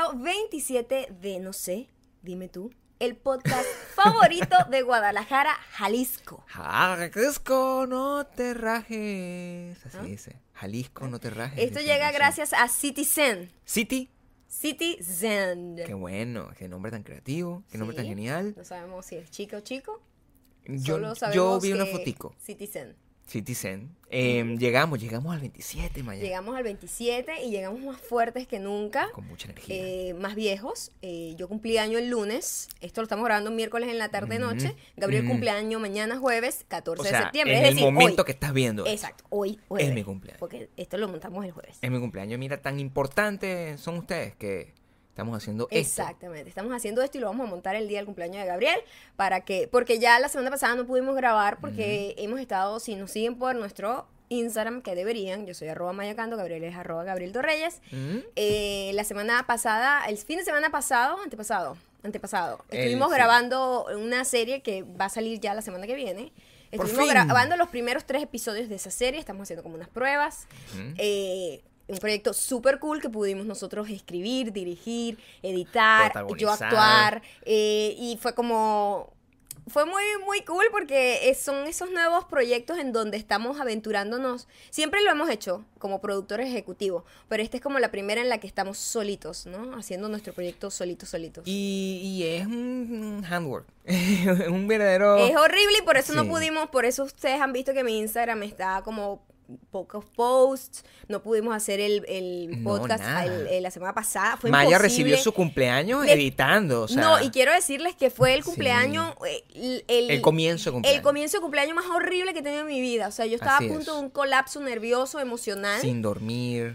capítulo 27 de No sé, dime tú, el podcast favorito de Guadalajara, Jalisco. Jalisco, no te rajes. Así dice. Jalisco, no te rajes. Esto llega gracias a Citizen. Citizen. Qué bueno, qué nombre tan creativo, qué nombre tan genial. No sabemos si es chica o chico. Yo vi una fotico. Citizen. Llegamos al 27, Maya. Llegamos al 27 y llegamos más fuertes que nunca. Con mucha energía. Más viejos. Yo cumplí año el lunes. Esto lo estamos grabando miércoles en la tarde-noche. Gabriel cumpleaños mañana jueves, 14 de septiembre. En es decir, el momento hoy. que estás viendo. Exacto, hoy jueves. Es mi cumpleaños. Porque esto lo montamos el jueves. Es mi cumpleaños. Mira, tan importante son ustedes que estamos haciendo esto. Exactamente, estamos haciendo esto y lo vamos a montar el día del cumpleaños de Gabriel porque ya la semana pasada no pudimos grabar porque hemos estado, si nos siguen por nuestro Instagram, que deberían, yo soy @mayacando, Gabriel es @Gabriel Torreyes. La semana pasada, el fin de semana pasado, antepasado, estuvimos grabando una serie que va a salir ya la semana que viene. Estuvimos grabando los primeros 3 episodios de esa serie, estamos haciendo como unas pruebas. Un proyecto súper cool que pudimos nosotros escribir, dirigir, editar, yo actuar. Y fue muy, muy cool porque son esos nuevos proyectos en donde estamos aventurándonos. Siempre lo hemos hecho como productores ejecutivos, pero esta es como la primera en la que estamos solitos, ¿no? Haciendo nuestro proyecto solitos. Y es un handwork. Un verdadero... Es horrible y por eso no pudimos, por eso ustedes han visto que mi Instagram está como... pocos posts, no pudimos hacer el podcast la semana pasada, fue Maya imposible. recibió su cumpleaños editando, o sea, no, y quiero decirles que fue el cumpleaños, el comienzo de cumpleaños. El comienzo de cumpleaños más horrible que he tenido en mi vida, o sea, yo estaba a punto de un colapso nervioso, emocional. Sin dormir.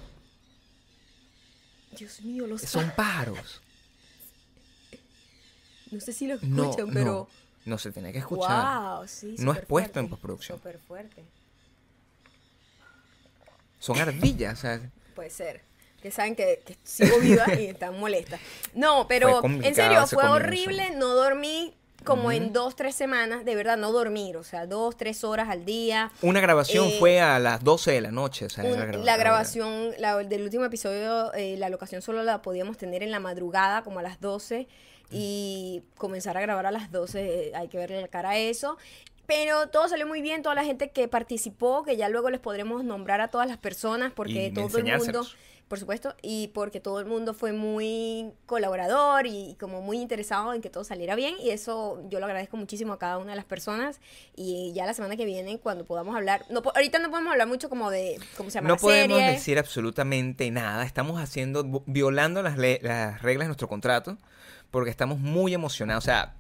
Dios mío, son pájaros. No sé si lo escuchan, pero... No se tiene que escuchar. Wow, sí, no es puesto en postproducción. Súper fuerte. Son ardillas, o sea. Puede ser. Que saben que sigo viva y están molestas. No, pero en serio, fue horrible. No dormí como en 2-3 semanas. De verdad, no dormir. O sea, 2-3 horas al día. Una grabación fue a las 12 de la noche. O sea, la grabación del último episodio, la locación solo la podíamos tener en la madrugada, como a las 12. Y comenzar a grabar a las 12, hay que verle la cara a eso. Pero todo salió muy bien, toda la gente que participó, que ya luego les podremos nombrar a todas las personas, porque todo el mundo, por supuesto, y porque todo el mundo fue muy colaborador y como muy interesado en que todo saliera bien, y eso yo lo agradezco muchísimo a cada una de las personas. Y ya la semana que viene, cuando podamos hablar, ahorita no podemos hablar mucho como de, ¿cómo se llama? No la podemos serie. decir absolutamente nada, estamos violando las reglas de nuestro contrato. Porque estamos muy emocionados. O sea,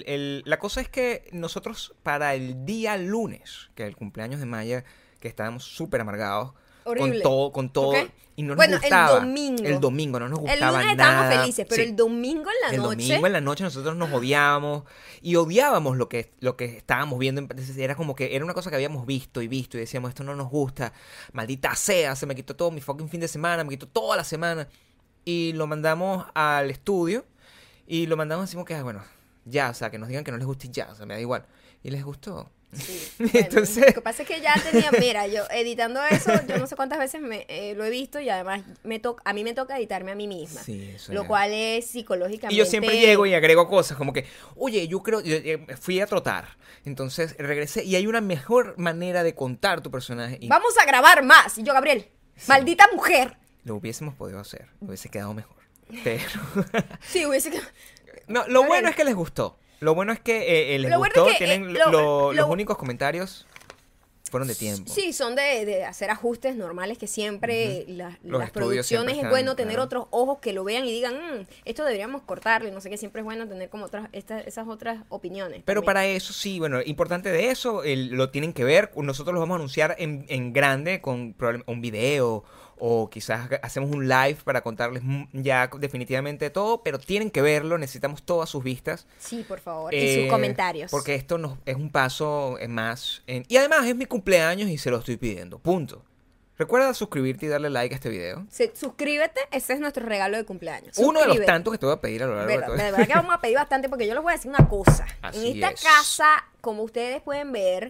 la cosa es que nosotros para el día lunes, que es el cumpleaños de Maya, que estábamos súper amargados. Horrible. Con todo. Okay. Y no nos gustaba. El domingo no nos gustaba nada. El lunes estábamos felices, pero el domingo en la noche. El domingo en la noche nosotros nos odiábamos. Y odiábamos lo que estábamos viendo. Era como que era una cosa que habíamos visto. Y decíamos, esto no nos gusta. Maldita sea, se me quitó todo mi fucking fin de semana. Me quitó toda la semana. Y lo mandamos al estudio. Y lo mandamos así como que, bueno, ya, o sea, que nos digan que no les guste ya, o sea, me da igual. Y les gustó. Sí, bueno, entonces... Lo que pasa es que ya tenía, mira, yo editando eso, yo no sé cuántas veces lo he visto y además a mí me toca editarme a mí misma. Sí, eso lo cual es psicológicamente... Y yo siempre llego y agrego cosas como que, oye, yo fui a trotar, entonces regresé y hay una mejor manera de contar tu personaje. Y... Vamos a grabar más. Y yo, Gabriel, maldita mujer. Lo hubiese podido hacer, hubiese quedado mejor. Pero... sí, hubiese quedado... No, lo bueno es que les gustó. Lo bueno es que les gustó. Tienen los únicos comentarios fueron de tiempo. Sí, son de hacer ajustes normales que siempre las producciones siempre es bueno tener otros ojos que lo vean y digan, esto deberíamos cortarle, no sé qué, siempre es bueno tener como esas otras opiniones. Pero también. Para eso sí, bueno, importante de eso, lo tienen que ver. Nosotros los vamos a anunciar en grande con un video o quizás hacemos un live para contarles ya definitivamente todo, pero tienen que verlo, necesitamos todas sus vistas. Sí, por favor, y sus comentarios. Porque esto es un paso más. Y además es mi cumpleaños y se lo estoy pidiendo, punto. Recuerda suscribirte y darle like a este video. Suscríbete, ese es nuestro regalo de cumpleaños. Uno de los tantos que te voy a pedir a lo largo de todo. De verdad que vamos a pedir bastante porque yo les voy a decir una cosa. Así en esta casa, como ustedes pueden ver,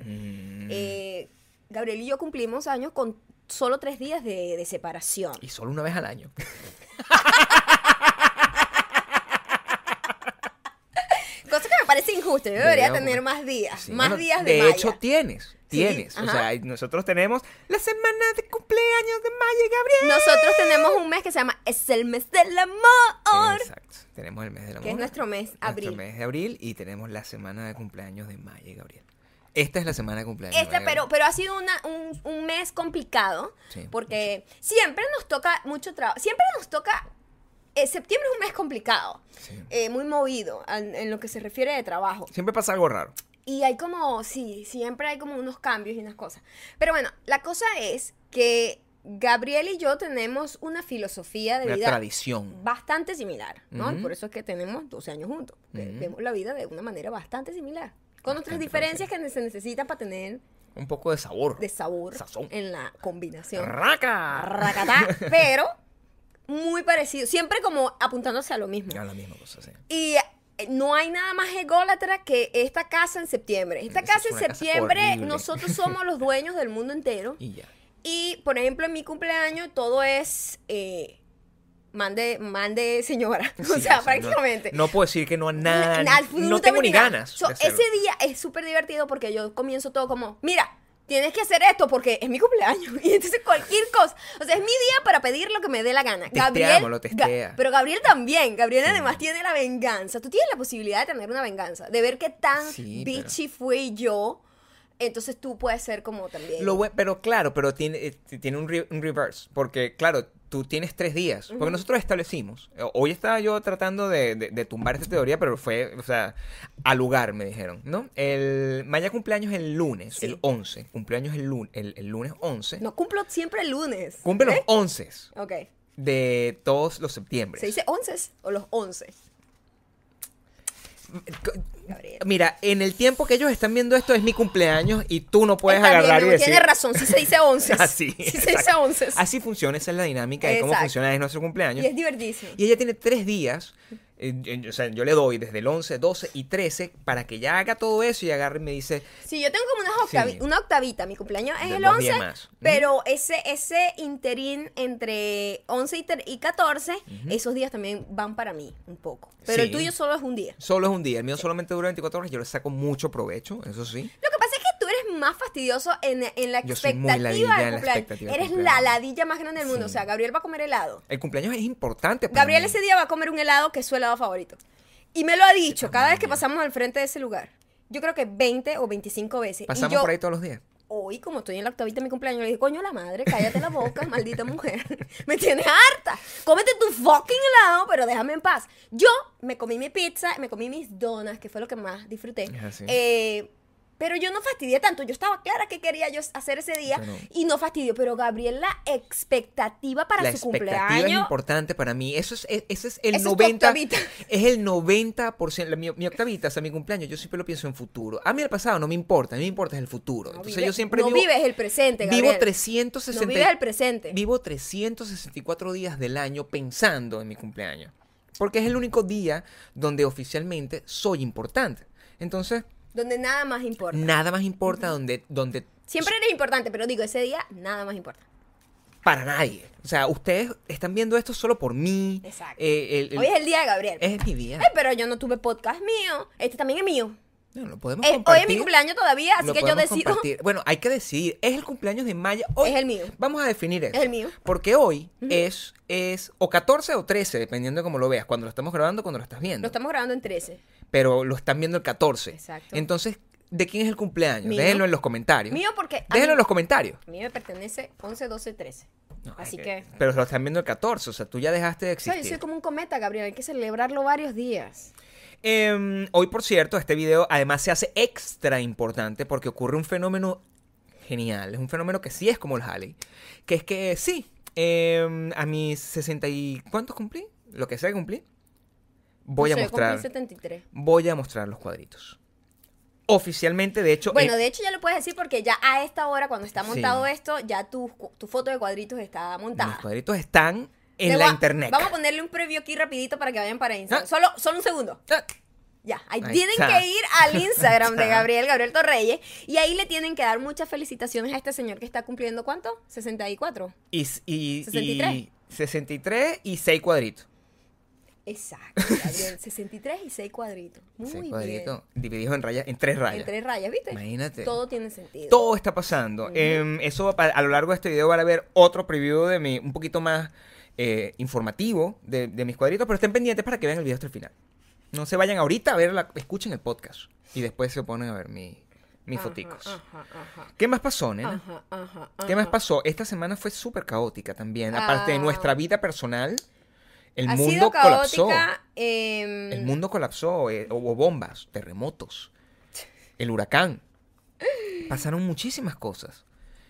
Gabriel y yo cumplimos años con solo 3 días de separación. Y solo una vez al año. Cosa que me parece injusta. Yo debería tener más días. Sí, más bueno, días de de Maya. hecho, tienes. O ajá. sea, nosotros tenemos la semana de cumpleaños de Maya y Gabriel. Nosotros tenemos un mes que se llama Es el mes del amor. Exacto. Tenemos el mes del amor. Que es nuestro mes, abril. Nuestro mes de abril y tenemos la semana de cumpleaños de Maya y Gabriel. Esta es la semana de cumpleaños. de Maya y Gabriel. Pero ha sido un mes complicado. Sí. Porque siempre nos toca mucho trabajo. Siempre nos toca. Septiembre es un mes complicado. Sí. Muy movido en lo que se refiere de trabajo. Siempre pasa algo raro. Y hay como, sí, siempre hay como unos cambios y unas cosas. Pero bueno, la cosa es que Gabriel y yo tenemos una filosofía de Una vida tradición. bastante similar, ¿no? Ujú. Por eso es que tenemos 12 años juntos. Que Ujú. vemos la vida de una manera bastante similar. Con nuestras Bastante diferencias que se necesitan para tener Un poco de sabor. de sabor Sazón. en la combinación. ¡Raca! Racatá, pero muy parecido. Siempre como apuntándose a lo mismo. Ya la misma cosa, sí. Y no hay nada más ególatra que esta casa en septiembre. Esta Esa casa es en una casa septiembre, horrible. nosotros somos los dueños del mundo entero. Y ya. Y, por ejemplo, en mi cumpleaños todo es mande señora. O Sí, sea, no- prácticamente. No, puedo decir que no a nada. No Absolutamente tengo ni nada. ganas. So, de hacerlo. ese día es súper divertido porque yo comienzo todo como, mira, tienes que hacer esto porque es mi cumpleaños. Y entonces cualquier cosa. O sea, es mi día para pedir lo que me dé la gana. Testeámoslo, testea. Pero Gabriel también. Gabriel además tiene la venganza. Tú tienes la posibilidad de tener una venganza. De ver qué tan Sí, bitchy fui yo. Entonces tú puedes ser como también. Pero claro, pero tiene un reverse. Porque, claro, tú tienes 3 días. Porque nosotros establecimos. Hoy estaba yo tratando de tumbar esta teoría, pero fue, o sea, al lugar, me dijeron, ¿no? Maya cumpleaños el lunes, Sí. el 11. Cumpleaños el lunes 11. No cumplo siempre el lunes. Cumple los ¿Eh? 11 Ok. de todos los septiembre. ¿Se dice 11 o los 11? Gabriel. Mira, en el tiempo que ellos están viendo esto es mi cumpleaños y tú no puedes Está bien, agarrar mi y amor, decir... tienes razón, sí se dice 11. Así, Sí se dice exacto. 11. Así funciona, esa es la dinámica de cómo Exacto. funciona es nuestro cumpleaños. Y es divertísimo. Y ella tiene 3 días, o sea, yo le doy desde el 11, 12 y 13 para que ella haga todo eso y agarre y me dice, Sí, yo tengo como Sí. una octavita. Mi cumpleaños es De el 2 11, días más. pero ese interín entre 11 y 14, esos días también van para mí un poco. Pero el Sí. tuyo solo es un día. solo es un día, el mío solamente dura 24 horas, yo le saco mucho provecho, eso sí. Lo que pasa es que tú eres más fastidioso en la Yo soy muy expectativa ladilla del en la cumpleaños. expectativa del Eres cumpleaños. la ladilla más grande del mundo. Sí. O sea, Gabriel va a comer helado. El cumpleaños es importante para Gabriel mí. ese día va a comer un helado que es su helado favorito. Y me lo ha dicho cada vez que pasamos al frente de ese lugar. Yo creo que 20 o 25 veces. Pasamos y yo, por ahí todos los días. hoy, como estoy en la octavita de mi cumpleaños, le dije, coño la madre, cállate la boca, maldita mujer. Me tienes harta. Cómete tu fucking helado, pero déjame en paz. Yo me comí mi pizza, me comí mis donas, que fue lo que más disfruté. Es así. Pero yo no fastidié tanto. Yo estaba clara que quería yo hacer ese día Yo no. y no fastidio. Pero Gabriel, la expectativa para La su expectativa es cumpleaños. importante para mí. Ese es el Esa es tu 90. octavita. Es el 90%. Mi octavita, o sea, mi cumpleaños, yo siempre lo pienso en futuro. A mí el pasado no me importa, a mí me importa es el futuro. No Entonces vive- yo siempre no vivo, vives el presente, vivo Gabriel. 360 No vives el presente. Vivo 364 días del año pensando en mi cumpleaños. Porque es el único día donde oficialmente soy importante. Entonces, Donde nada más importa. nada más importa donde Siempre eres importante, pero digo, ese día nada más importa. para nadie. O sea, ustedes están viendo esto solo por mí. Exacto. Hoy Hoy es el día de Gabriel. es mi día. Ay, pero yo no tuve podcast mío. Este también es mío. No, lo podemos Hoy compartir. es mi cumpleaños todavía, así Lo que yo podemos decido. compartir. Bueno, hay que decidir. ¿Es el cumpleaños de Maya? Hoy, Es el mío. Vamos a definir eso. Es el mío. Porque hoy es o 14 o 13, dependiendo de cómo lo veas. Cuando lo estamos grabando, cuando lo estás viendo. Lo estamos grabando en 13. Pero lo están viendo el 14. Exacto. Entonces, ¿de quién es el cumpleaños? Mío. Déjenlo en los comentarios. Mío porque... Déjenlo en los comentarios. A mí me pertenece 11, 12, 13. No, Así es que... Pero lo están viendo el 14. O sea, tú ya dejaste de O sea, existir. yo soy como un cometa, Gabriel. Hay que celebrarlo varios días. Hoy, por cierto, este video además se hace extra importante porque ocurre un fenómeno genial. Es un fenómeno que sí es como el Halley. Que es que sí, a mis 60 y... ¿Cuántos cumplí? Lo que sea que cumplí. Voy No a sé, yo mostrar. cumplí 73. Voy a mostrar los cuadritos. Oficialmente, de hecho... Bueno, de hecho ya lo puedes decir porque ya a esta hora, cuando está Sí. montado esto, ya tu foto de cuadritos está montada. mis cuadritos están en Le la voy a- internet. Vamos a ponerle un preview aquí rapidito para que vayan para Instagram. Ah. Solo un segundo. Ah, Ya, ahí Ahí tienen está. que ir al Instagram de está. Gabriel Torreyes, y ahí le tienen que dar muchas felicitaciones a este señor que está cumpliendo, ¿cuánto? 64. y 63. 63 y 6 cuadritos. Exacto, Gabriel. 63 y 6 cuadritos. Muy Ese bien. cuadrito divididos en rayas, en 3 rayas. En 3 rayas, ¿viste? Imagínate. Todo tiene sentido. Todo está pasando. Eso a lo largo de este video van a ver otro preview de mi, un poquito más informativo de mis cuadritos, pero estén pendientes para que vean el video hasta el final. No se vayan ahorita a ver, escuchen el podcast y después se ponen a ver mis foticos. Ajá. ¿Qué más pasó, nena? Ajá. ¿Qué más pasó? Esta semana fue súper caótica también. Aparte de nuestra vida personal, el Ha mundo sido colapsó. caótica. El mundo colapsó. Hubo bombas, terremotos, el huracán. Pasaron muchísimas cosas.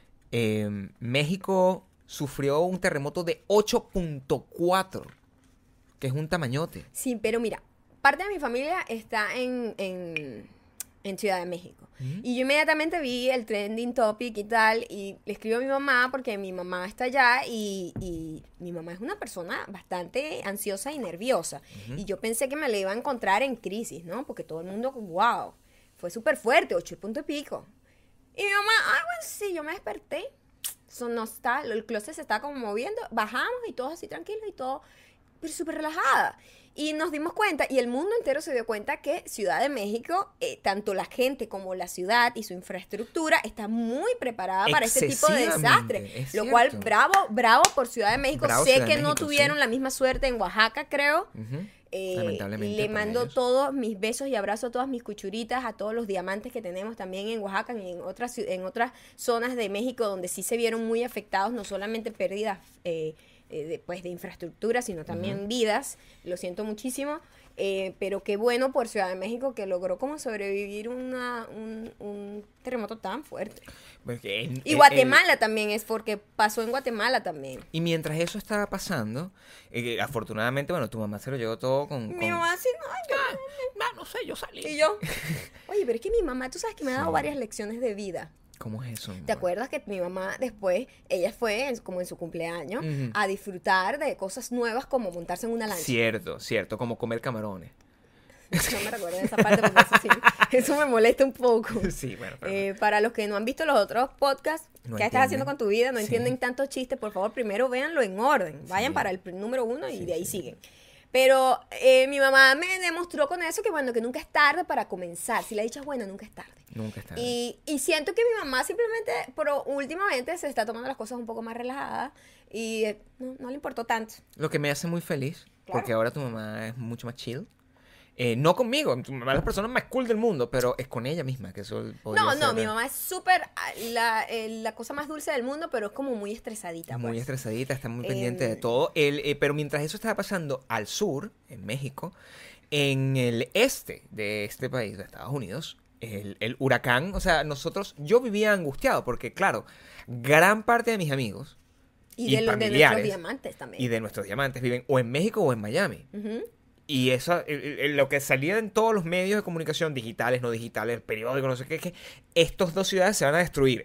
México sufrió un terremoto de 8.4, que es un tamañote. Sí, pero mira, parte de mi familia está en Ciudad de México. Y yo inmediatamente vi el trending topic y tal, y le escribo a mi mamá porque mi mamá está allá y mi mamá es una persona bastante ansiosa y nerviosa. Y yo pensé que me la iba a encontrar en crisis, ¿no? Porque todo el mundo, wow, fue súper fuerte, 8 puntos y pico. Y mi mamá, bueno, sí, yo me desperté. Eso no está, el closet se está como moviendo, bajamos y todos así tranquilos y todo, pero súper relajada. Y nos dimos cuenta, y el mundo entero se dio cuenta que Ciudad de México, tanto la gente como la ciudad y su infraestructura está muy preparada para este tipo de desastre. Es Lo cual, cierto. bravo por Ciudad de México. Bravo Sé Ciudad de que no México, tuvieron sí. la misma suerte en Oaxaca, creo. Lamentablemente Le para mando ellos. todos mis besos y abrazos a todas mis cuchuritas, a todos los diamantes que tenemos también en Oaxaca y en otras zonas de México donde sí se vieron muy afectados, no solamente pérdidas de infraestructura, sino también vidas. Lo siento muchísimo. Pero qué bueno por Ciudad de México que logró como sobrevivir un terremoto tan fuerte. Porque Y Guatemala también es porque pasó en Guatemala también. y mientras eso estaba pasando, afortunadamente, bueno, tu mamá se lo llevó todo con... Mi mamá así, no sé, yo salí. y yo, oye, pero es que mi mamá, tú sabes que me ha dado Sí. varias lecciones de vida. ¿Cómo es eso? ¿Te acuerdas que mi mamá después, ella fue como en su cumpleaños, a disfrutar de cosas nuevas como montarse en una lancha? Cierto, como comer camarones. No me recuerdo de esa parte porque eso me molesta un poco. Sí, bueno, pero... Para los que no han visto los otros podcasts, No ¿qué estás entienden. haciendo con tu vida? No Sí. entienden tantos chistes, por favor, primero véanlo en orden. Vayan Sí. para el número 1 y Sí, de ahí sí. siguen. Pero mi mamá me demostró con eso que bueno, que nunca es tarde para comenzar. Si la dicha es buena, nunca es tarde. Nunca está. Y siento que mi mamá simplemente, pero últimamente se está tomando las cosas un poco más relajadas y no le importó tanto. Lo que me hace muy feliz, Claro. porque ahora tu mamá es mucho más chill. No conmigo, tu mamá es la persona más cool del mundo, pero es con ella misma, que eso podría No, ser mi mamá es súper la cosa más dulce del mundo, pero es como muy estresadita. muy pues. estresadita, está muy pendiente de todo. Pero mientras eso estaba pasando al sur, en México, en el este de este país, de Estados Unidos, el huracán, o sea, yo vivía angustiado, porque claro, gran parte de mis amigos Y de nuestros familiares diamantes también. y de nuestros diamantes viven o en México o en Miami. Ujú. Y eso, lo que salía en todos los medios de comunicación, digitales, no digitales, el periódico, no sé qué, es que estas dos ciudades se van a destruir.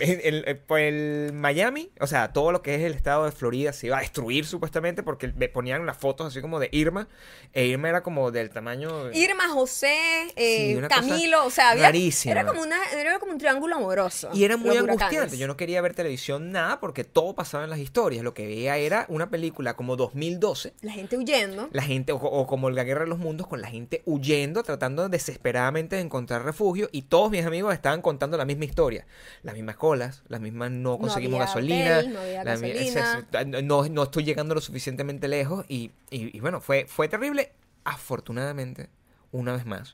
Por el Miami, o sea, todo lo que es el estado de Florida se iba a destruir supuestamente porque ponían las fotos así como de Irma. E Irma era como del tamaño... Irma, José, Sí, una cosa Camilo, o sea, rarísima. era como un triángulo amoroso. Y era muy los angustiante. huracanes. Yo no quería ver televisión nada porque todo pasaba en las historias. Lo que veía era una película como 2012. La gente huyendo. La gente, o como la guerra de los mundos, con la gente huyendo, tratando desesperadamente de encontrar refugio, y todos mis amigos estaban contando la misma historia, las mismas colas, las mismas no conseguimos había gasolina, hotel, no había gasolina. no estoy llegando lo suficientemente lejos, y bueno, fue terrible. Afortunadamente, una vez más,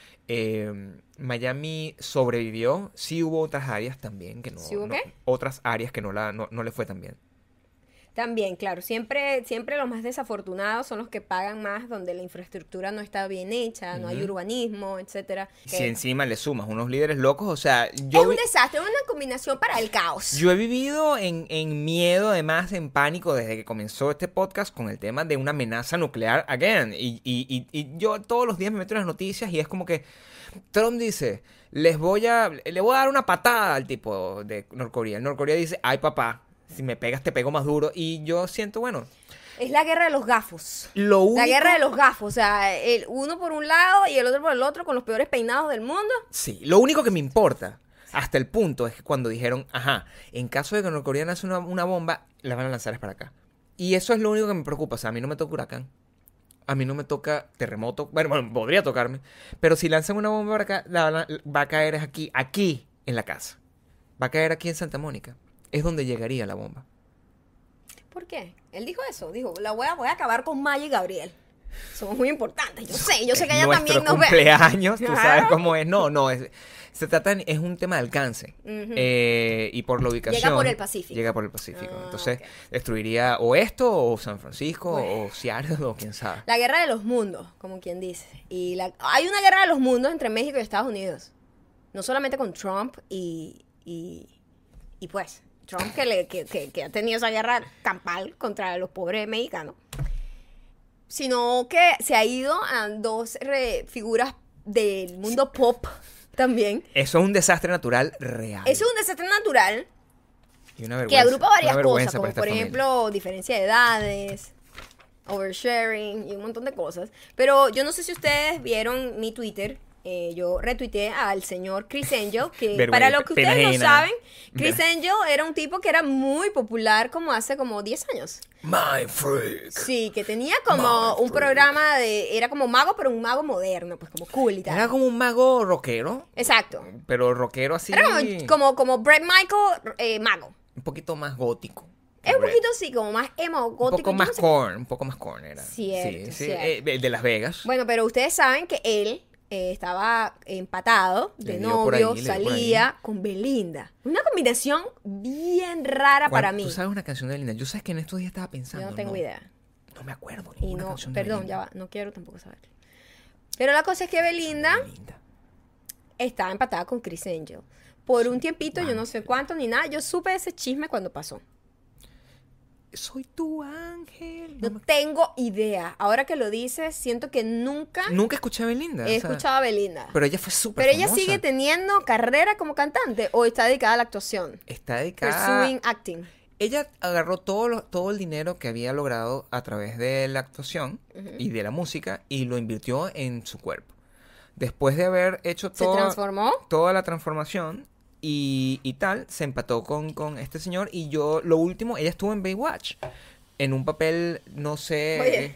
Miami sobrevivió. Sí hubo otras áreas también que no, ¿Sí hubo no- qué? otras áreas que no le fue tan bien. También, claro, siempre los más desafortunados son los que pagan más, donde la infraestructura no está bien hecha, no hay urbanismo, etcétera. Si encima le sumas unos líderes locos, o sea, Es yo un desastre, es una combinación para el caos. Yo he vivido en miedo, además en pánico, desde que comenzó este podcast con el tema de una amenaza nuclear again. Y yo todos los días me meto en las noticias y es como que Trump dice, le voy a dar una patada al tipo de Norcorea. El Norcorea dice, ay papá, si me pegas te pego más duro. Y yo siento, bueno, Es la guerra de los gafos. lo único... La guerra de los gafos, o sea, el uno por un lado y el otro por el otro con los peores peinados del mundo. Sí, lo único que me importa hasta el punto es que cuando dijeron, ajá, en caso de que Norcorea lance una bomba, la van a lanzar es para acá. Y eso es lo único que me preocupa, o sea, a mí no me toca huracán. a mí no me toca terremoto. Bueno, podría tocarme. Pero si lanzan una bomba para acá, va a caer es aquí, en la casa. Va a caer aquí en Santa Mónica. Es donde llegaría la bomba. ¿Por qué? Él dijo eso. Dijo, voy a acabar con Maya y Gabriel. Somos muy importantes. Yo sé que ella también nos ve. Cumpleaños, tú Claro. sabes cómo es. No, se trata, es un tema de alcance. Y por la ubicación. Llega por el Pacífico. Llega por el Pacífico. Ah, Entonces, ok. destruiría o esto, o San Francisco, Bueno. o Seattle, o quién sabe. La guerra de los mundos, como quien dice. Hay una guerra de los mundos entre México y Estados Unidos. No solamente con Trump y pues, Trump que ha tenido esa guerra campal contra los pobres mexicanos. Sino que se ha ido a dos figuras del mundo pop también. Eso es un desastre natural real. Eso es un desastre natural Y una que vergüenza, agrupa varias una vergüenza cosas, como para esta por familia. ejemplo diferencia de edades, oversharing y un montón de cosas. Pero yo no sé si ustedes vieron mi Twitter. Yo retuiteé al señor Chris Angel, que Vergüenza, para lo que ustedes no pena saben, Chris Pena. Angel era un tipo que era muy popular como hace como 10 años. My freak. Sí, que tenía como un programa era como mago, pero un mago moderno, pues como cool y tal. Era como un mago rockero, Exacto. pero rockero así. Era como Bret Michael, mago. Un poquito más gótico. Es un Brett. poquito así, como más emo, Un gótico. poco yo más no sé. corn, un poco más corn era. Cierto, sí, cierto. de Las Vegas. Bueno, pero ustedes saben que él estaba empatado Le de dio por ahí, novio, le dio por salía con Belinda. Una combinación bien rara para mí. ¿Tú sabes una canción de Belinda? Yo sabes que en estos días estaba pensando. Yo no tengo idea. No me acuerdo Y ninguna no, canción de perdón, Belinda. ya va, no quiero tampoco saber. Pero la cosa es que Belinda Belinda. estaba empatada con Chris Angel. Por un tiempito, yo no sé cuánto ni nada, yo supe ese chisme cuando pasó. Soy tu ángel. No tengo idea. Ahora que lo dices, siento que nunca Nunca escuché a Belinda. he o sea, escuchado a Belinda. Pero ella fue súper Pero ella famosa. sigue teniendo carrera como cantante o está dedicada a la actuación. Está dedicada. Pursuing acting. Ella agarró todo el dinero que había logrado a través de la actuación y de la música y lo invirtió en su cuerpo. Después de haber hecho Se transformó. toda la transformación y tal, se empató con este señor y lo último, ella estuvo en Baywatch en un papel, no sé.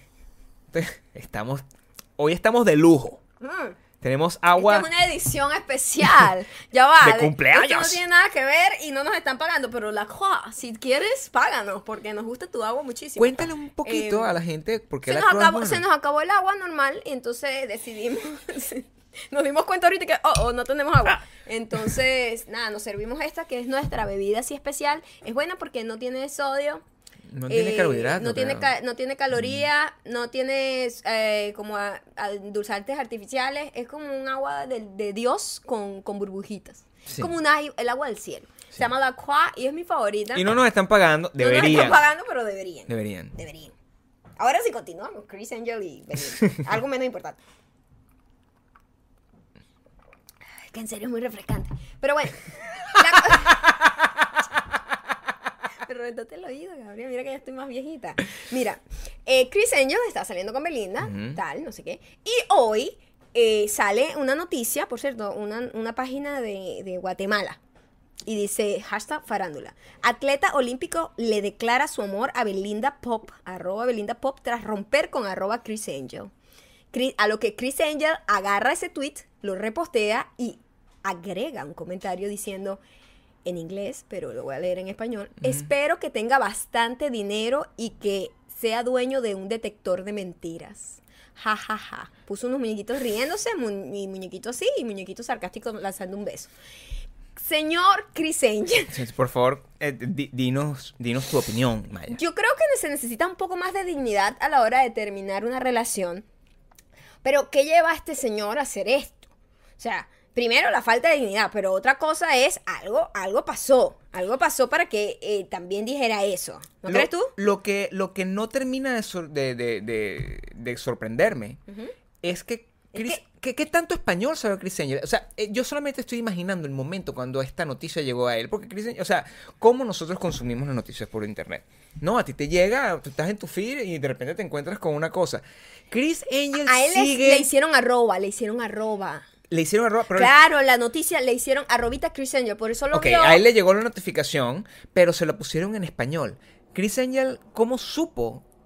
Hoy estamos de lujo. Tenemos agua. Esta es una edición especial. Ya va. De cumpleaños. Esto no tiene nada que ver y no nos están pagando. Pero la Croix, si quieres, páganos. Porque nos gusta tu agua muchísimo. Cuéntale un poquito a la gente porque Se la nos, Croix es acabó, buena. se nos acabó el agua normal. Y entonces decidimos. Nos dimos cuenta ahorita que no tenemos agua. Entonces, nada, nos servimos esta que es nuestra bebida así especial. Es buena porque no tiene sodio. No tiene carbohidratos. No tiene, creo. no tiene calorías, no tiene como endulzantes artificiales. Es como un agua de Dios con burbujitas. Sí. Como el agua del cielo. Se llama La Croix y es mi favorita. Y no nos están pagando. No nos Deberían. están pagando, pero deberían. Deberían. Deberían. Ahora sí continuamos. Chris Angel y Belinda. Algo menos importante. Es que en serio es muy refrescante. Pero bueno. Me reventaste el oído, Gabriel. Mira que ya estoy más viejita. Mira, Chris Angel está saliendo con Belinda, tal, no sé qué. Y hoy sale una noticia, por cierto, una página de Guatemala. Y dice, hashtag farándula. Atleta olímpico le declara su amor a Belinda Pop, @Belinda Pop, tras romper con @Chris Angel. A lo que Chris Angel agarra ese tweet, lo repostea y agrega un comentario diciendo, en inglés, pero lo voy a leer en español, espero que tenga bastante dinero y que sea dueño de un detector de mentiras. Ja, ja, ja. Puso unos muñequitos riéndose, y muñequito así, y muñequito sarcástico lanzando un beso. Señor Chris Angel, Sí, por favor, dinos tu opinión, Maya. yo creo que se necesita un poco más de dignidad a la hora de terminar una relación. Pero, ¿qué lleva a este señor a hacer esto? O sea, primero la falta de dignidad, pero otra cosa es algo pasó. Algo pasó para que también dijera eso. ¿No crees tú? Lo que no termina de sorprenderme es que ¿qué tanto español sabe Chris Angel? O sea, yo solamente estoy imaginando el momento cuando esta noticia llegó a él. Porque Chris Angel, o sea, ¿cómo nosotros consumimos las noticias por internet? No, a ti te llega, tú estás en tu feed y de repente te encuentras con una cosa. Chris Angel A él sigue... le hicieron arroba. Le hicieron arroba, pero Claro, la noticia le hicieron @ Chris Angel, por eso lo ok, vio. a él le llegó la notificación, pero se la pusieron en español. Chris Angel, ¿cómo supo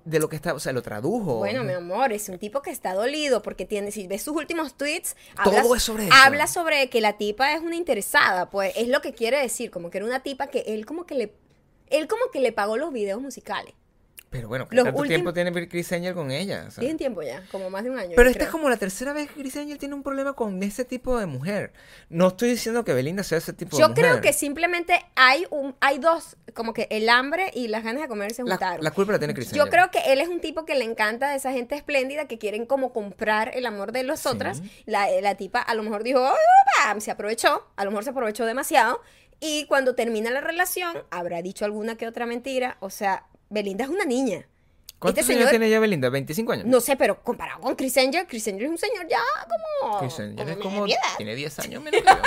de lo que está, o sea, lo tradujo. Bueno, mi amor, es un tipo que está dolido porque tiene, si ves sus últimos tweets, Todo es sobre eso. habla sobre que la tipa es una interesada, pues es lo que quiere decir, como que era una tipa que él como que le pagó los videos musicales. Pero bueno, ¿qué Los tanto últimos- tiempo tiene Chris Angel con ella? O sea, Tienen tiempo ya, como más de un año. pero yo esta es creo. como la tercera vez que Chris Angel tiene un problema con ese tipo de mujer. No estoy diciendo que Belinda sea ese tipo de Yo mujer. creo que simplemente hay dos, como que el hambre y las ganas de comer se juntaron. La culpa la tiene Chris Yo Angel. creo que él es un tipo que le encanta de esa gente espléndida que quieren como comprar el amor de las otras. La tipa a lo mejor dijo, "Oh, pam", se aprovechó, a lo mejor se aprovechó demasiado. Y cuando termina la relación, habrá dicho alguna que otra mentira. O sea, Belinda es una niña. ¿Cuántos Este años señor, tiene ya Belinda? ¿25 años? no sé, pero comparado con Chris Angel es un señor ya como... Chris Angel es como como... mi edad. Tiene 10 años menos que yo.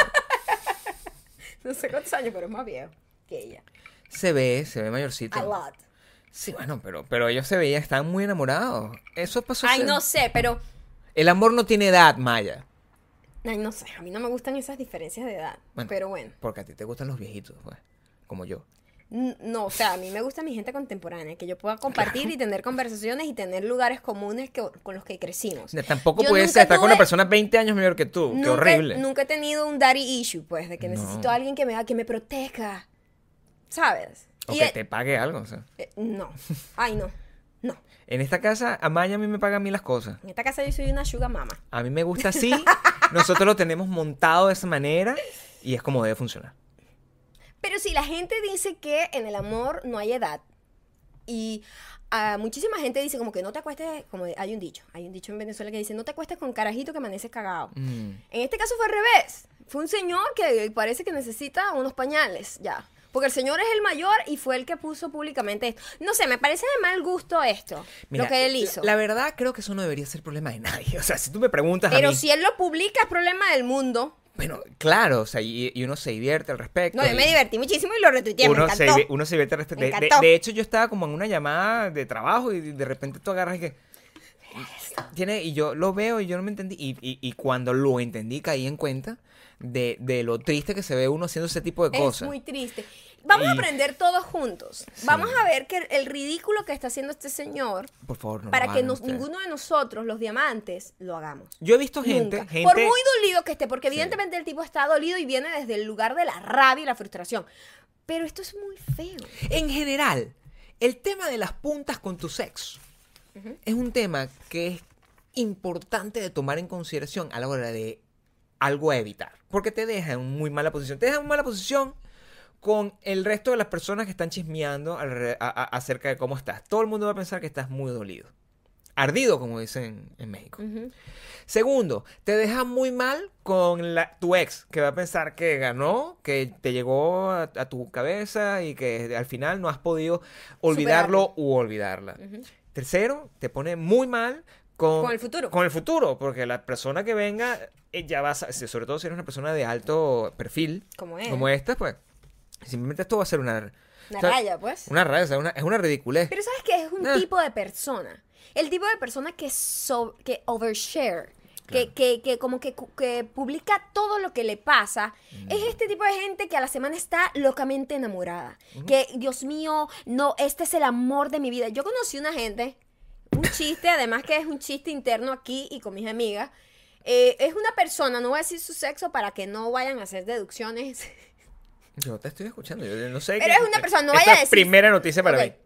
No sé cuántos años, pero es más viejo que ella. Se ve mayorcito. A lot. Sí, bueno, pero ellos se veían, estaban muy enamorados. Eso pasó. Ay, no sé, pero... El amor no tiene edad, Maya. Ay, no sé, a mí no me gustan esas diferencias de edad. Bueno, pero bueno. Porque a ti te gustan los viejitos, pues, como yo. No, o sea, a mí me gusta mi gente contemporánea, que yo pueda compartir y tener conversaciones y tener lugares comunes con los que crecimos. Tampoco Yo puedes nunca estar con tuve- una persona 20 años mayor que tú. Qué Nunca- horrible. Nunca he tenido un daddy issue, pues, de que No. necesito a alguien que me proteja. ¿Sabes? O Y, que te pague algo, o sea. no. Ay, no. No. En esta casa, a Maya a mí me paga a mí las cosas. En esta casa yo soy una sugar mama. A mí me gusta así. Nosotros lo tenemos montado de esa manera y es como debe funcionar. Pero si la gente dice que en el amor no hay edad y muchísima gente dice como que no te acuestes, como hay un dicho en Venezuela que dice no te acuestes con carajito que amaneces cagado. En este caso fue al revés, fue un señor que parece que necesita unos pañales ya, porque el señor es el mayor y fue el que puso públicamente esto. No sé, me parece de mal gusto esto, Mira, lo que él hizo. La verdad, creo que eso no debería ser problema de nadie. O sea, si tú me preguntas a Pero mí... si él lo publica es problema del mundo. Bueno, claro, o sea, y uno se divierte al respecto. No, yo y- me divertí muchísimo y lo retuiteé, me encantó. Uno se divierte al respecto. Me De encantó. hecho, yo estaba como en una llamada de trabajo y de repente tú agarras y que... y yo lo veo y yo no me entendí. Y cuando lo entendí, caí en cuenta de lo triste que se ve uno haciendo ese tipo de cosas. Es muy triste. Vamos a Y- aprender todos juntos. Sí. Vamos a ver que el ridículo que está haciendo este señor Por favor, no para lo que hagan ustedes. ninguno de nosotros, los diamantes, lo hagamos. Yo he visto gente... Nunca. gente Por muy dolido que esté, porque evidentemente el tipo está dolido y viene desde el lugar de la rabia y la frustración. Pero esto es muy feo. En general, el tema de las puntas con tu sexo es un tema que es importante de tomar en consideración a la hora de algo a evitar. Porque te deja en muy mala posición. Te deja en mala posición con el resto de las personas que están chismeando acerca de cómo estás. Todo el mundo va a pensar que estás muy dolido. Ardido, como dicen en México. Segundo, te deja muy mal con tu ex, que va a pensar que ganó, que te llegó a tu cabeza y que al final no has podido olvidarlo u olvidarla. Tercero, te pone muy mal Con el futuro. Con el futuro, porque la persona que venga, ya vas a, sobre todo si eres una persona de alto perfil, Como él. como esta, pues, simplemente esto va a ser Una o sea, raya, pues. Una raya, o sea, es una ridiculez. Pero ¿sabes qué? Es un Ah. tipo de persona. El tipo de persona que overshare. Claro. Que como que publica todo lo que le pasa. Es este tipo de gente que a la semana está locamente enamorada. Que, Dios mío, no, este es el amor de mi vida. Yo conocí una gente, un chiste, además que es un chiste interno aquí y con mis amigas. Es una persona, no voy a decir su sexo para que no vayan a hacer deducciones. Yo te estoy escuchando, yo no sé. Pero es una persona, no esta vaya a es decir- primera noticia para Ok. mí.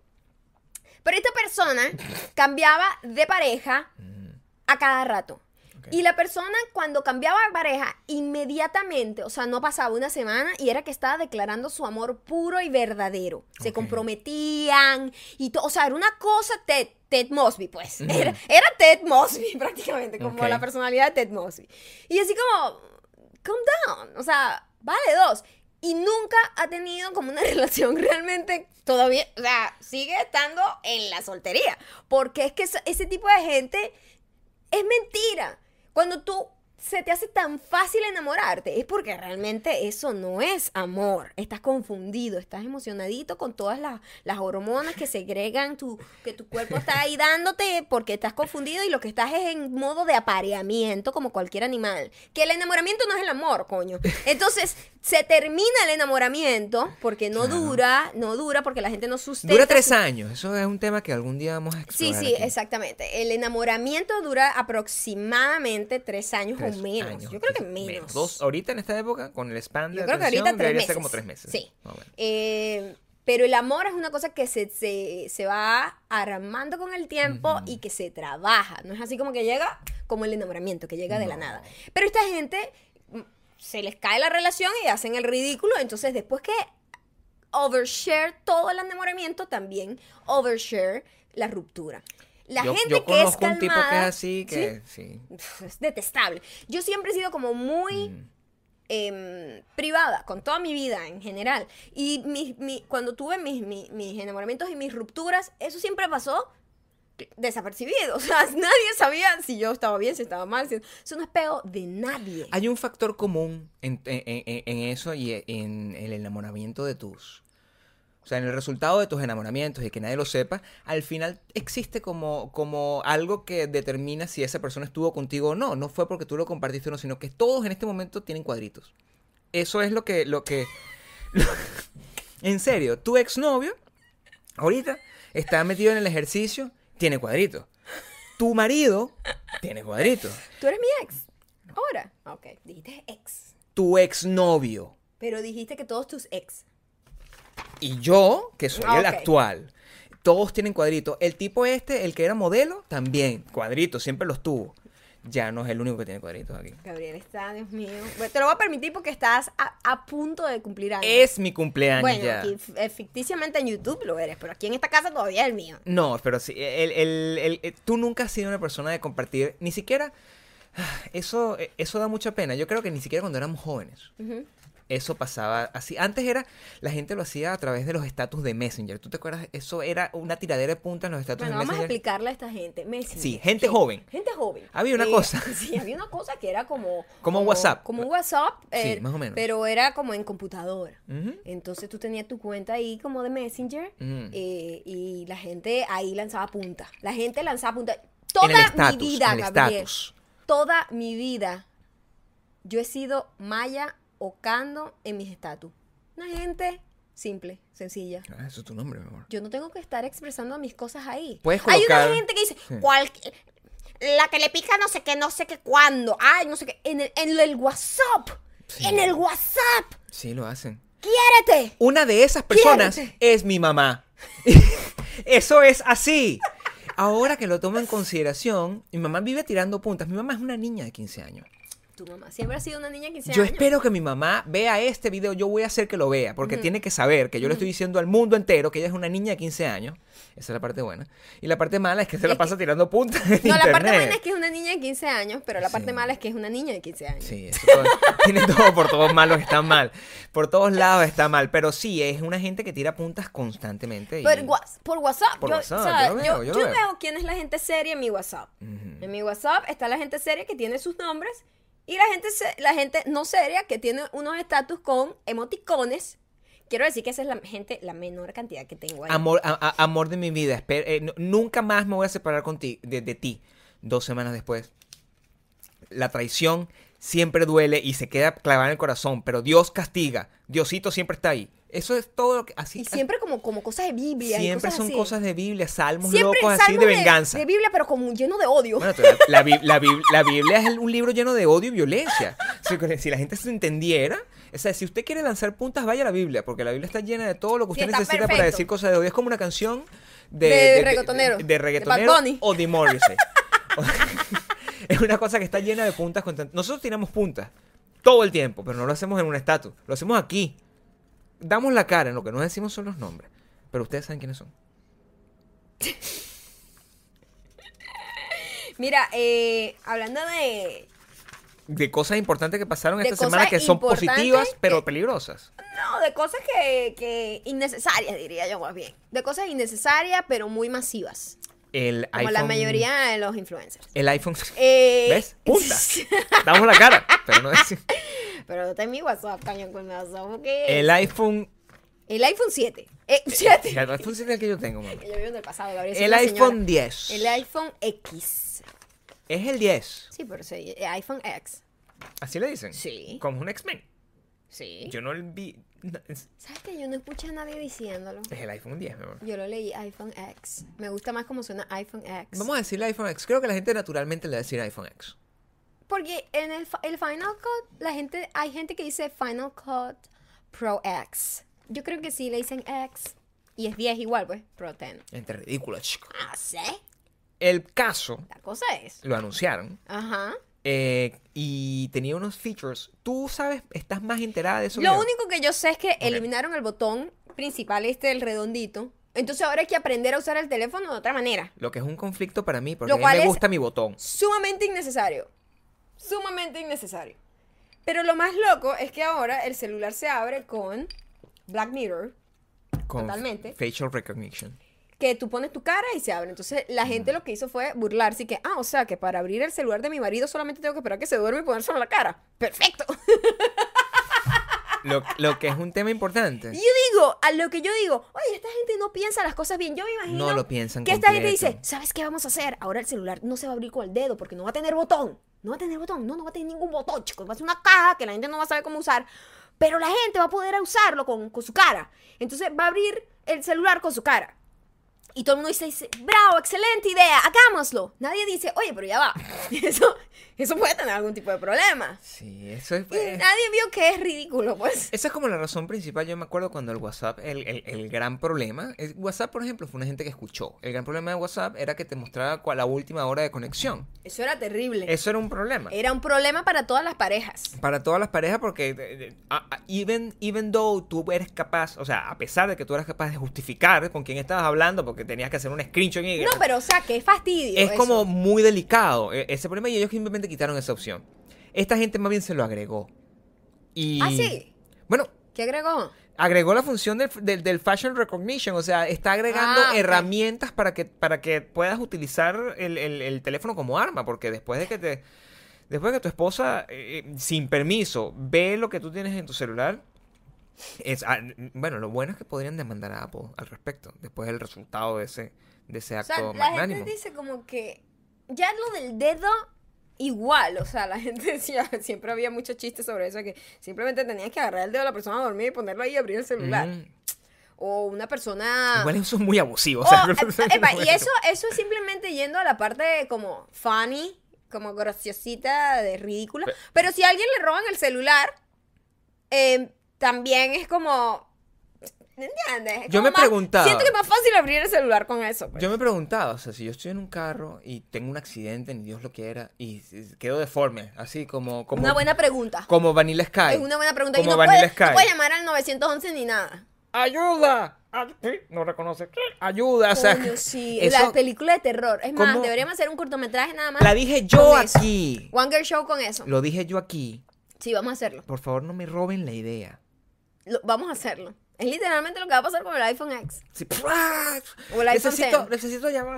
Pero esta persona cambiaba de pareja a cada rato. Ok. Y la persona cuando cambiaba de pareja, inmediatamente, o sea, no pasaba una semana y era que estaba declarando su amor puro y verdadero. Se Ok. comprometían y todo, o sea, era una cosa Ted Mosby, pues. Era Ted Mosby prácticamente, como Ok. la personalidad de Ted Mosby. Y así como, calm down, o sea, vale dos. Y nunca ha tenido como una relación realmente todavía, o sea, sigue estando en la soltería. Porque es que ese tipo de gente es mentira. Cuando tú se te hace tan fácil enamorarte? Es porque realmente eso no es amor. Estás confundido, estás emocionadito con todas las hormonas que segregan, que tu cuerpo está ahí dándote porque estás confundido y lo que estás es en modo de apareamiento como cualquier animal. Que el enamoramiento no es el amor, coño. Entonces, se termina el enamoramiento porque no dura porque la gente no sustenta. Dura 3 años. Eso es un tema que algún día vamos a explorar. Sí, aquí. exactamente. El enamoramiento dura aproximadamente 3 años o menos. Yo creo que menos. 2, ahorita en esta época, con el span de Yo creo que atención, ahorita 3 debería meses. ser como 3 meses. Sí. Más o menos. Pero el amor es una cosa que se va armando con el tiempo y que se trabaja. No es así como que llega como el enamoramiento, que llega de la nada. Pero esta gente se les cae la relación y hacen el ridículo. Entonces, después que overshare todo el enamoramiento, también overshare la ruptura. Gente yo que es conozco un tipo calmada, que es así, que sí. es detestable. Yo siempre he sido como muy privada con toda mi vida en general. Y cuando tuve mis enamoramientos y mis rupturas, eso siempre pasó desapercibido. O sea, nadie sabía si yo estaba bien, si estaba mal. Eso no es peo de nadie. Hay un factor común en eso y en el enamoramiento de tus... O sea, en el resultado de tus enamoramientos y que nadie lo sepa, al final existe como algo que determina si esa persona estuvo contigo o no. No fue porque tú lo compartiste o no, sino que todos en este momento tienen cuadritos. Eso es lo que en serio, tu exnovio ahorita está metido en el ejercicio, tiene cuadritos. Tu marido tiene cuadritos. Tú eres mi ex. Ahora. Ok, dijiste ex. Tu exnovio. Pero dijiste que todos tus ex. Y yo, que soy el Ok. actual, todos tienen cuadritos. El tipo el que era modelo, también. Cuadritos, siempre los tuvo. Ya no es el único que tiene cuadritos aquí. Gabriel está, Dios mío. Bueno, te lo voy a permitir porque estás a punto de cumplir años. Es mi cumpleaños bueno, ya. aquí ficticiamente en YouTube lo eres, pero aquí en esta casa todavía es el mío. No, pero sí, tú nunca has sido una persona de compartir, ni siquiera, eso da mucha pena. Yo creo que ni siquiera cuando éramos jóvenes. Eso pasaba así. Antes la gente lo hacía a través de los estatus de Messenger. ¿Tú te acuerdas? Eso era una tiradera de punta en los estatus Bueno, de vamos a Messenger. explicarle a esta gente. Messenger. Sí, gente joven. Gente joven. Había una cosa. Sí, había una cosa que era como WhatsApp. Como un WhatsApp. Sí, más o menos. Pero era como en computadora. Ujú. Entonces tú tenías tu cuenta ahí como de Messenger Mm. y la gente ahí lanzaba punta. La gente lanzaba punta. En el Toda mi estatus, vida, en el Gabriel. estatus. Toda mi vida yo he sido Maya Ocando en mis estatus. Una gente simple, sencilla. Ah, eso es tu nombre, mi amor. Yo no tengo que estar expresando mis cosas ahí. Puedes Hay colocar- una gente que dice, Sí. la que le pica no sé qué, cuándo. Ay, no sé qué. En el WhatsApp. Sí. En el WhatsApp. Sí, lo hacen. Quiérete. Una de esas personas Quiérete. es mi mamá. Eso es así. Ahora que lo tomo en consideración, mi mamá vive tirando puntas. Mi mamá es una niña de 15 años. Tu mamá siempre ha sido una niña de 15 Yo años. espero que mi mamá vea este video. Yo voy a hacer que lo vea, porque tiene que saber que yo le estoy diciendo al mundo entero que ella es una niña de 15 años. Esa es la parte buena. Y la parte mala es que se la pasa tirando puntas en No, internet. la parte buena es que es una niña de 15 años, pero la parte Sí. mala es que es una niña de 15 años. Sí, eso tiene todo por todos malos está mal. Por todos lados está mal. Pero sí, es una gente que tira puntas constantemente. Por WhatsApp. Por WhatsApp, o sea, yo lo veo, yo lo veo. veo quién es la gente seria en mi WhatsApp. En mi WhatsApp está la gente seria que tiene sus nombres y la gente no seria que tiene unos estatus con emoticones. Quiero decir que esa es la menor cantidad que tengo ahí. Amor de mi vida. Nunca más me voy a separar de ti. 2 semanas después. La traición siempre duele y se queda clavada en el corazón, pero Dios castiga. Diosito siempre está ahí. Eso es todo lo que... Así, Y siempre como cosas de Biblia. y siempre cosas son así. cosas de Biblia, salmos Siempre locos así salmos de venganza. De Biblia, pero como lleno de odio. Bueno, la Biblia es un libro lleno de odio y violencia. Si la gente se entendiera, o sea, si usted quiere lanzar puntas, vaya a la Biblia, porque la Biblia está llena de todo lo que Sí, usted está necesita para perfecto. decir cosas de odio. Es como una canción De reggaetonero. de reggaetonero De Bad Bunny. o de Morrissey. Es una cosa que está llena de puntas. Nosotros tiramos puntas todo el tiempo, pero no lo hacemos en un estatus. Lo hacemos aquí. Damos la cara, en lo que no decimos son los nombres. Pero ustedes saben quiénes son. Mira, hablando De cosas importantes que pasaron De esta cosas semana que son importantes positivas, pero que- peligrosas. No, de cosas que innecesarias, diría yo más bien. De cosas innecesarias, pero muy masivas. El Como la mayoría de los influencers. El iPhone. Eh, ¿Ves? Puntas. Damos la cara. Pero no es. Pero no está en mi WhatsApp, cañón con mi WhatsApp. Porque El iPhone. el iPhone 7. 7. El iPhone 7 es el que yo tengo, mamá. Yo vivo en el pasado, Gabriel. soy El una iPhone señora. 10. El iPhone X. Es el 10. Sí, pero sí, iPhone X. Así le dicen. Sí. Como un X-Men. Sí. Yo no lo vi. No, es ¿Sabes que yo no escuché a nadie diciéndolo? el iPhone 10, mi amor. Yo lo leí iPhone X. Me gusta más cómo suena iPhone X. Vamos a decirle iPhone X. Creo que la gente naturalmente le va a decir iPhone X. Porque en el Final Cut, hay gente que dice Final Cut Pro X. Yo creo que sí le dicen X. Y es 10 igual, pues, Pro 10. Entre ridículo, chico. Ah, ¿sí? El caso, La cosa es. lo anunciaron. Ajá. Y tenía unos features. ¿Tú sabes? ¿Estás más enterada de eso? Lo yo? único que yo sé es que eliminaron el botón principal, el redondito. Entonces ahora hay que aprender a usar el teléfono de otra manera. Lo que es un conflicto para mí, porque Lo a mí cual me es- gusta mi botón. Sumamente innecesario. Sumamente innecesario. Pero lo más loco es que ahora el celular se abre con Black Mirror, Con totalmente. facial recognition. que tú pones tu cara y se abre. Entonces la gente lo que hizo fue burlarse y que, o sea, que para abrir el celular de mi marido solamente tengo que esperar que se duerme y ponérselo en la cara. ¡Perfecto! Lo que es un tema importante. Y yo digo, a lo que yo digo, oye, esta gente no piensa las cosas bien. Yo me imagino No lo piensan que esta gente completo. dice, ¿sabes qué vamos a hacer? Ahora el celular no se va a abrir con el dedo porque no va a tener botón. No va a tener botón. No va a tener ningún botón, chicos. Va a ser una caja que la gente no va a saber cómo usar. Pero la gente va a poder usarlo con su cara. Entonces va a abrir el celular con su cara. Y todo el mundo dice, bravo, excelente idea, hagámoslo. Nadie dice, oye, pero ya va. Eso puede tener algún tipo de problema. Sí, eso es. Y nadie vio que es ridículo, pues. Esa es como la razón principal. Yo me acuerdo cuando el WhatsApp, el gran problema. WhatsApp, por ejemplo, fue una gente que escuchó. El gran problema de WhatsApp era que te mostraba la última hora de conexión. Eso era terrible. Eso era un problema. Era un problema para todas las parejas. Para todas las parejas, porque even though tú eres capaz, o sea, a pesar de que tú eres capaz de justificar con quién estabas hablando, porque tenías que hacer un screenshot. No, pero o sea, qué fastidio. Es eso. como muy delicado ese problema y ellos simplemente quitaron esa opción. Esta gente más bien se lo agregó. Y, ¿Ah, sí? Bueno, ¿Qué agregó? agregó la función del facial recognition, o sea, está agregando Ok. herramientas para que puedas utilizar el teléfono como arma, porque después de que tu esposa, sin permiso, ve lo que tú tienes en tu celular, bueno, lo bueno es que podrían demandar a Apple al respecto, después del resultado de ese O sea, acto la magnánimo. gente dice como que ya lo del dedo igual, o sea, la gente decía, siempre había muchos chistes sobre eso, que simplemente tenías que agarrar el dedo de la persona a dormir y ponerlo ahí y abrir el celular. O una persona... Igual eso es muy abusivo. O Oh, sea, epa, y eso es simplemente yendo a la parte como funny, como graciosita, de ridícula. Pero si a alguien le roban el celular, también es como... ¿Entiendes? Es Yo como me preguntaba. Siento que es más fácil abrir el celular con eso. Pues. Yo me preguntaba, o sea, si yo estoy en un carro y tengo un accidente, ni Dios lo quiera, y quedo deforme, así como Una buena pregunta. como Vanilla Sky. Es una buena pregunta. Y Como no Vanilla puedes, Sky. no puedes llamar al 911 ni nada. ¡Ayuda! No reconoce. ¡Ayuda! O sea, Coño, sí. eso- La película de terror. Es más, ¿Cómo? deberíamos hacer un cortometraje nada más. la dije yo con eso. aquí. One Girl Show con eso. Lo dije yo aquí. Sí, vamos a hacerlo. Por favor, no me roben la idea. Vamos a hacerlo. Es literalmente lo que va a pasar con el iPhone X. Sí. O el iPhone Necesito llamar.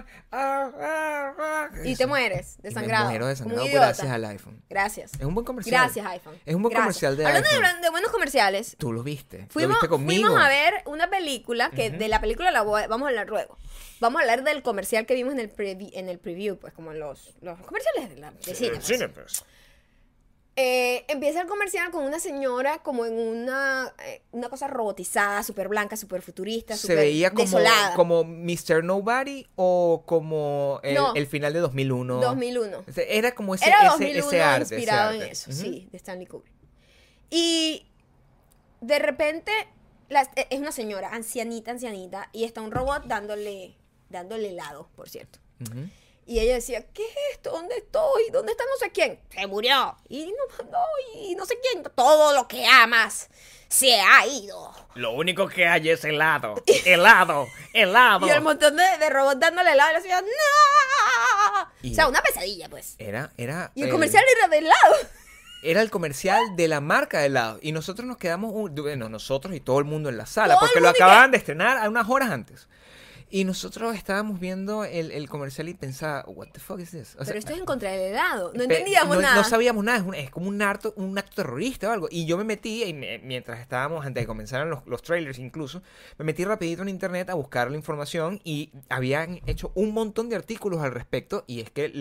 Y te mueres, Y desangrado. me muero como desangrado un idiota. gracias al iPhone. Gracias. Es un buen comercial. Gracias, iPhone. Es un buen Gracias. comercial de Hablando iPhone. de buenos comerciales, Tú lo viste. Lo fuimos, viste conmigo. fuimos a ver una película que de la película vamos a hablar luego. Vamos a hablar del comercial que vimos en el preview, pues como los comerciales de cine. Pues. Pues. Empieza el comercial con una señora como en una cosa robotizada, súper blanca, súper futurista, Se súper veía desolada. como Mr. Nobody o como No. el final de 2001. 2001. O sea, era como ese, Era ese, 2001 ese arte. inspirado ese en arte. eso, Ujú. sí, de Stanley Kubrick. Y de repente es una señora ancianita, y está un robot dándole helado, por cierto. Ujú. Y ella decía, ¿qué es esto? ¿Dónde estoy? ¿Dónde está no sé quién? Se murió. Y no sé quién. Todo lo que amas se ha ido. Lo único que hay es helado. Helado. Helado. Y el montón de robots dándole helado. Y le decía, ¡no! Y- O sea, una pesadilla, pues. Era Y el comercial era de helado. Era el comercial de la marca de helado. Y nosotros nos quedamos, bueno, nosotros y todo el mundo en la sala, Todo el porque lo mundo y acababan de estrenar a unas horas antes. Y nosotros estábamos viendo el comercial y pensaba, what the fuck is this? O sea, Pero esto es en contra del helado. No pe- entendíamos nada. No sabíamos nada, es como un acto terrorista o algo. Y yo me metí, mientras estábamos, antes de comenzar los trailers incluso, me metí rapidito en internet a buscar la información y habían hecho un montón de artículos al respecto. Y es que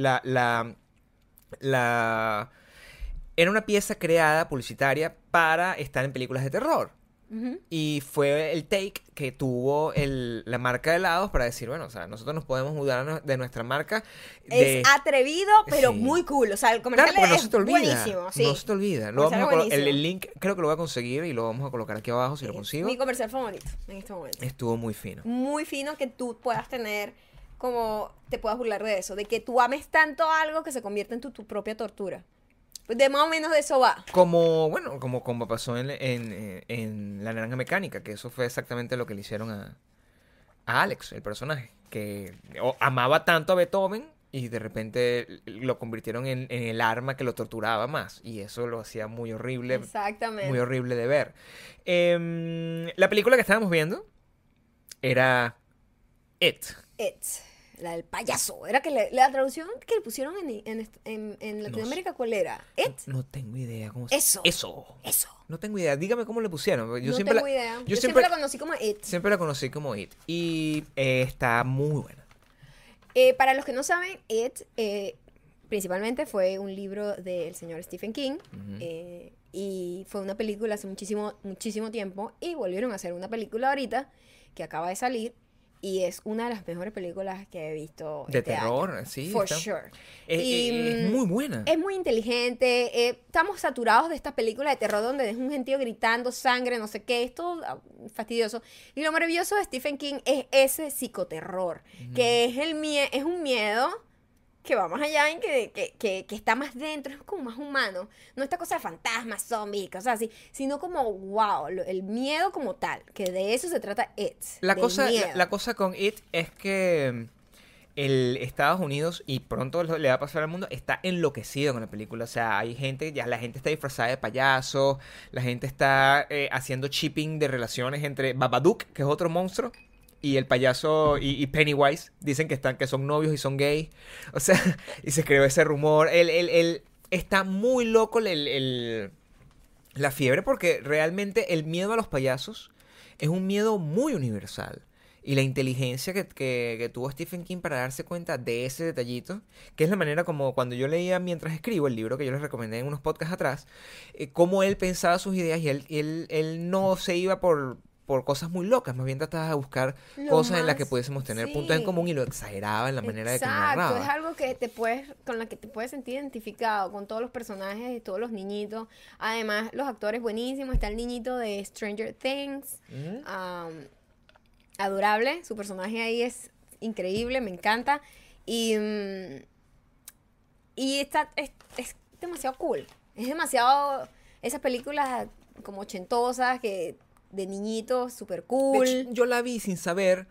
era una pieza creada, publicitaria, para estar en películas de terror. Ujú. Y fue el take que tuvo la marca de helados para decir, bueno, o sea, nosotros nos podemos mudar de nuestra marca. Es atrevido, pero Sí. muy cool. O sea, el comercial Claro, porque no es se te olvida. buenísimo. Sí. No se te olvida. Lo Comercial vamos a buenísimo. el link creo que lo voy a conseguir y lo vamos a colocar aquí abajo si lo Es consigo. mi comercial favorito en este momento. Estuvo muy fino. Muy fino que tú puedas tener, como te puedas burlar de eso, de que tú ames tanto algo que se convierta en tu propia tortura. Pues de más o menos de eso va. Como pasó en La Naranja Mecánica, que eso fue exactamente lo que le hicieron a Alex, el personaje, que amaba tanto a Beethoven y de repente lo convirtieron en el arma que lo torturaba más. Y eso lo hacía muy horrible, Exactamente. muy horrible de ver. La película que estábamos viendo era It. It, la del payaso. Era que la traducción que le pusieron en Latinoamérica, ¿cuál era? It. No tengo idea cómo Eso. Eso. Eso. No tengo idea. Dígame cómo le pusieron. Yo No siempre tengo idea. Yo siempre la conocí como It. siempre la conocí como It. Y está muy buena. Para los que no saben, It principalmente fue un libro del señor Stephen King. Ujú. Y fue una película hace muchísimo, muchísimo tiempo. Y volvieron a hacer una película ahorita que acaba de salir. Y es una de las mejores películas que he visto De este terror, año. sí. For está- sure. Es, Y, es muy buena. Es muy inteligente. Estamos saturados de estas películas de terror donde es un gentío gritando sangre, no sé qué. Es todo fastidioso. Y lo maravilloso de Stephen King es ese psicoterror. Que es un miedo que va más allá en que está más dentro. Es como más humano. No esta cosa de fantasmas, zombies y cosas así. Sino como, wow, el miedo como tal. Que de eso se trata It. La del cosa, miedo. la cosa con It es que el Estados Unidos, y pronto le va a pasar al mundo, está enloquecido con la película. O sea, hay gente, ya la gente está disfrazada de payaso, la gente está haciendo shipping de relaciones entre Babadook, que es otro monstruo, y el payaso y Pennywise. Dicen que son novios y son gays. O sea, y se creó ese rumor. Está muy loco la fiebre porque realmente el miedo a los payasos es un miedo muy universal. Y la inteligencia que tuvo Stephen King para darse cuenta de ese detallito, que es la manera como cuando yo leía mientras escribo el libro que yo les recomendé en unos podcasts atrás, cómo él pensaba sus ideas y él no se iba por cosas muy locas, más bien trataba de buscar Lo cosas en las más- que pudiésemos tener sí. puntos en común y lo exageraba en la manera de que narraba. Es algo que con la que te puedes sentir identificado con todos los personajes y todos los niñitos. Además, los actores buenísimos. Está el niñito de Stranger Things. ¿Mm? Adorable. Su personaje ahí es increíble, me encanta. Y es demasiado cool. Es demasiado esas películas como ochentosas de niñitos, super De cool. hecho, yo la vi sin saber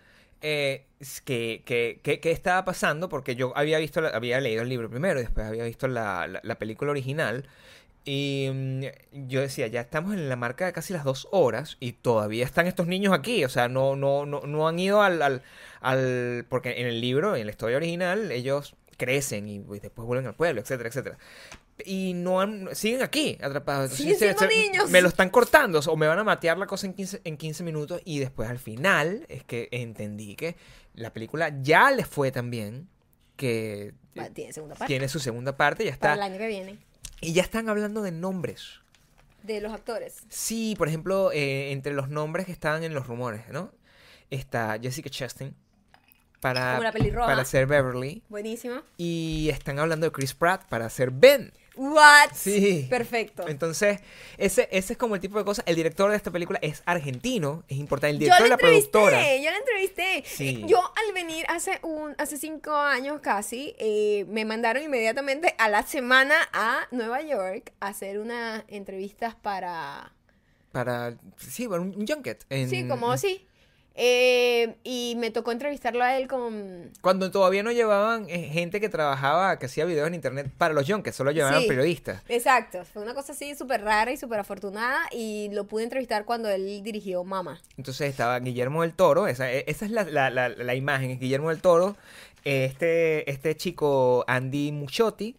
qué estaba pasando, porque yo había leído el libro primero y después había visto la película original. Y yo decía, ya estamos en la marca de casi las 2 horas y todavía están estos niños aquí. O sea, no han ido porque en el libro, en la historia original, ellos crecen y después vuelven al pueblo, etcétera, etcétera. Y siguen aquí, atrapados. Siguen siendo niños. Me lo están cortando o me van a matear la cosa en 15 minutos. Y después al final es que entendí que la película ya les fue tan bien que Tiene segunda parte. tiene su segunda parte, ya Para el está. año que viene. Y ya están hablando de nombres. De los actores. Sí, por ejemplo, entre los nombres que estaban en los rumores, ¿no? Está Jessica Chastain Como la pelirroja. para ser Beverly. Buenísimo. Y están hablando de Chris Pratt para ser Ben. What? Sí. Perfecto. Entonces, ese es como el tipo de cosas. El director de esta película es argentino, es importante. El Yo director la de la productora. yo la entrevisté. Sí. Yo al venir hace 5 años casi, me mandaron inmediatamente a la semana a Nueva York a hacer unas entrevistas para... Sí, bueno, un junket. Sí, como sí. Y me tocó entrevistarlo a él con... Cuando todavía no llevaban gente que trabajaba, que hacía videos en internet para los Young, que solo llevaban Sí. periodistas. Exacto, fue una cosa así súper rara y súper afortunada y lo pude entrevistar cuando él dirigió Mama. Entonces estaba Guillermo del Toro, esa es la imagen, es Guillermo del Toro, este chico Andy Muschietti,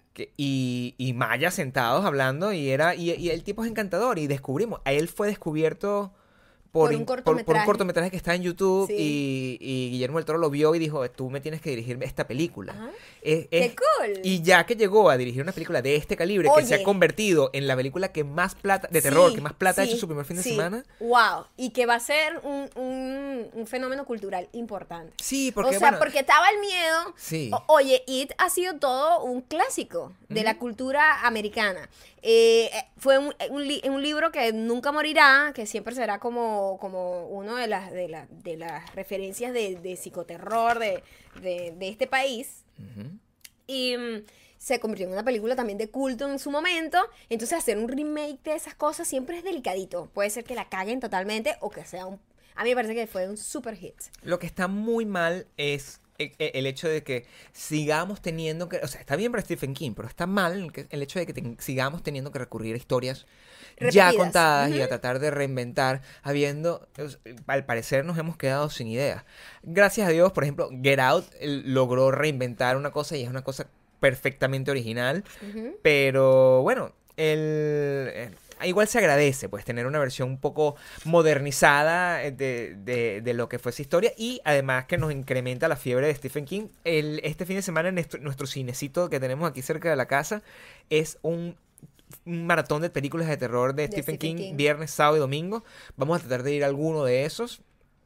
y Maya sentados hablando, y el tipo es encantador, y descubrimos, a él fue descubierto Por un por un cortometraje. cortometraje que está en YouTube, Sí. y Guillermo del Toro lo vio y dijo, tú me tienes que dirigir esta película. Ajá. Es- ¡Qué es- cool! Y ya que llegó a dirigir una película de este calibre, que se ha Oye. convertido en la película que más plata, de terror, Sí, que más plata ha hecho sí, su primer fin de sí. semana. ¡Wow! Y que va a ser un fenómeno cultural importante. Sí, porque o sea, bueno, porque estaba el miedo. Sí. Oye, It ha sido todo un clásico de la cultura americana. Fue un libro que nunca morirá, que siempre será como uno de las referencias de psicoterror de este país. Ujú. Y se convirtió en una película también de culto en su momento. Entonces hacer un remake de esas cosas siempre es delicadito. Puede ser que la caguen totalmente o que sea un... A mí me parece que fue un super hit. Lo que está muy mal es el hecho de que sigamos teniendo que... O sea, está bien para Stephen King, pero está mal el hecho de que sigamos teniendo que recurrir a historias ya Repetidas. contadas y a tratar de reinventar, al parecer nos hemos quedado sin ideas. Gracias a Dios, por ejemplo, Get Out logró reinventar una cosa y es una cosa perfectamente original, pero bueno, igual se agradece pues tener una versión un poco modernizada de lo que fue esa historia, y además que nos incrementa la fiebre de Stephen King. Este fin de semana en nuestro cinecito que tenemos aquí cerca de la casa es un maratón de películas de terror de Stephen King, viernes, sábado y domingo. Vamos a tratar de ir a alguno de esos.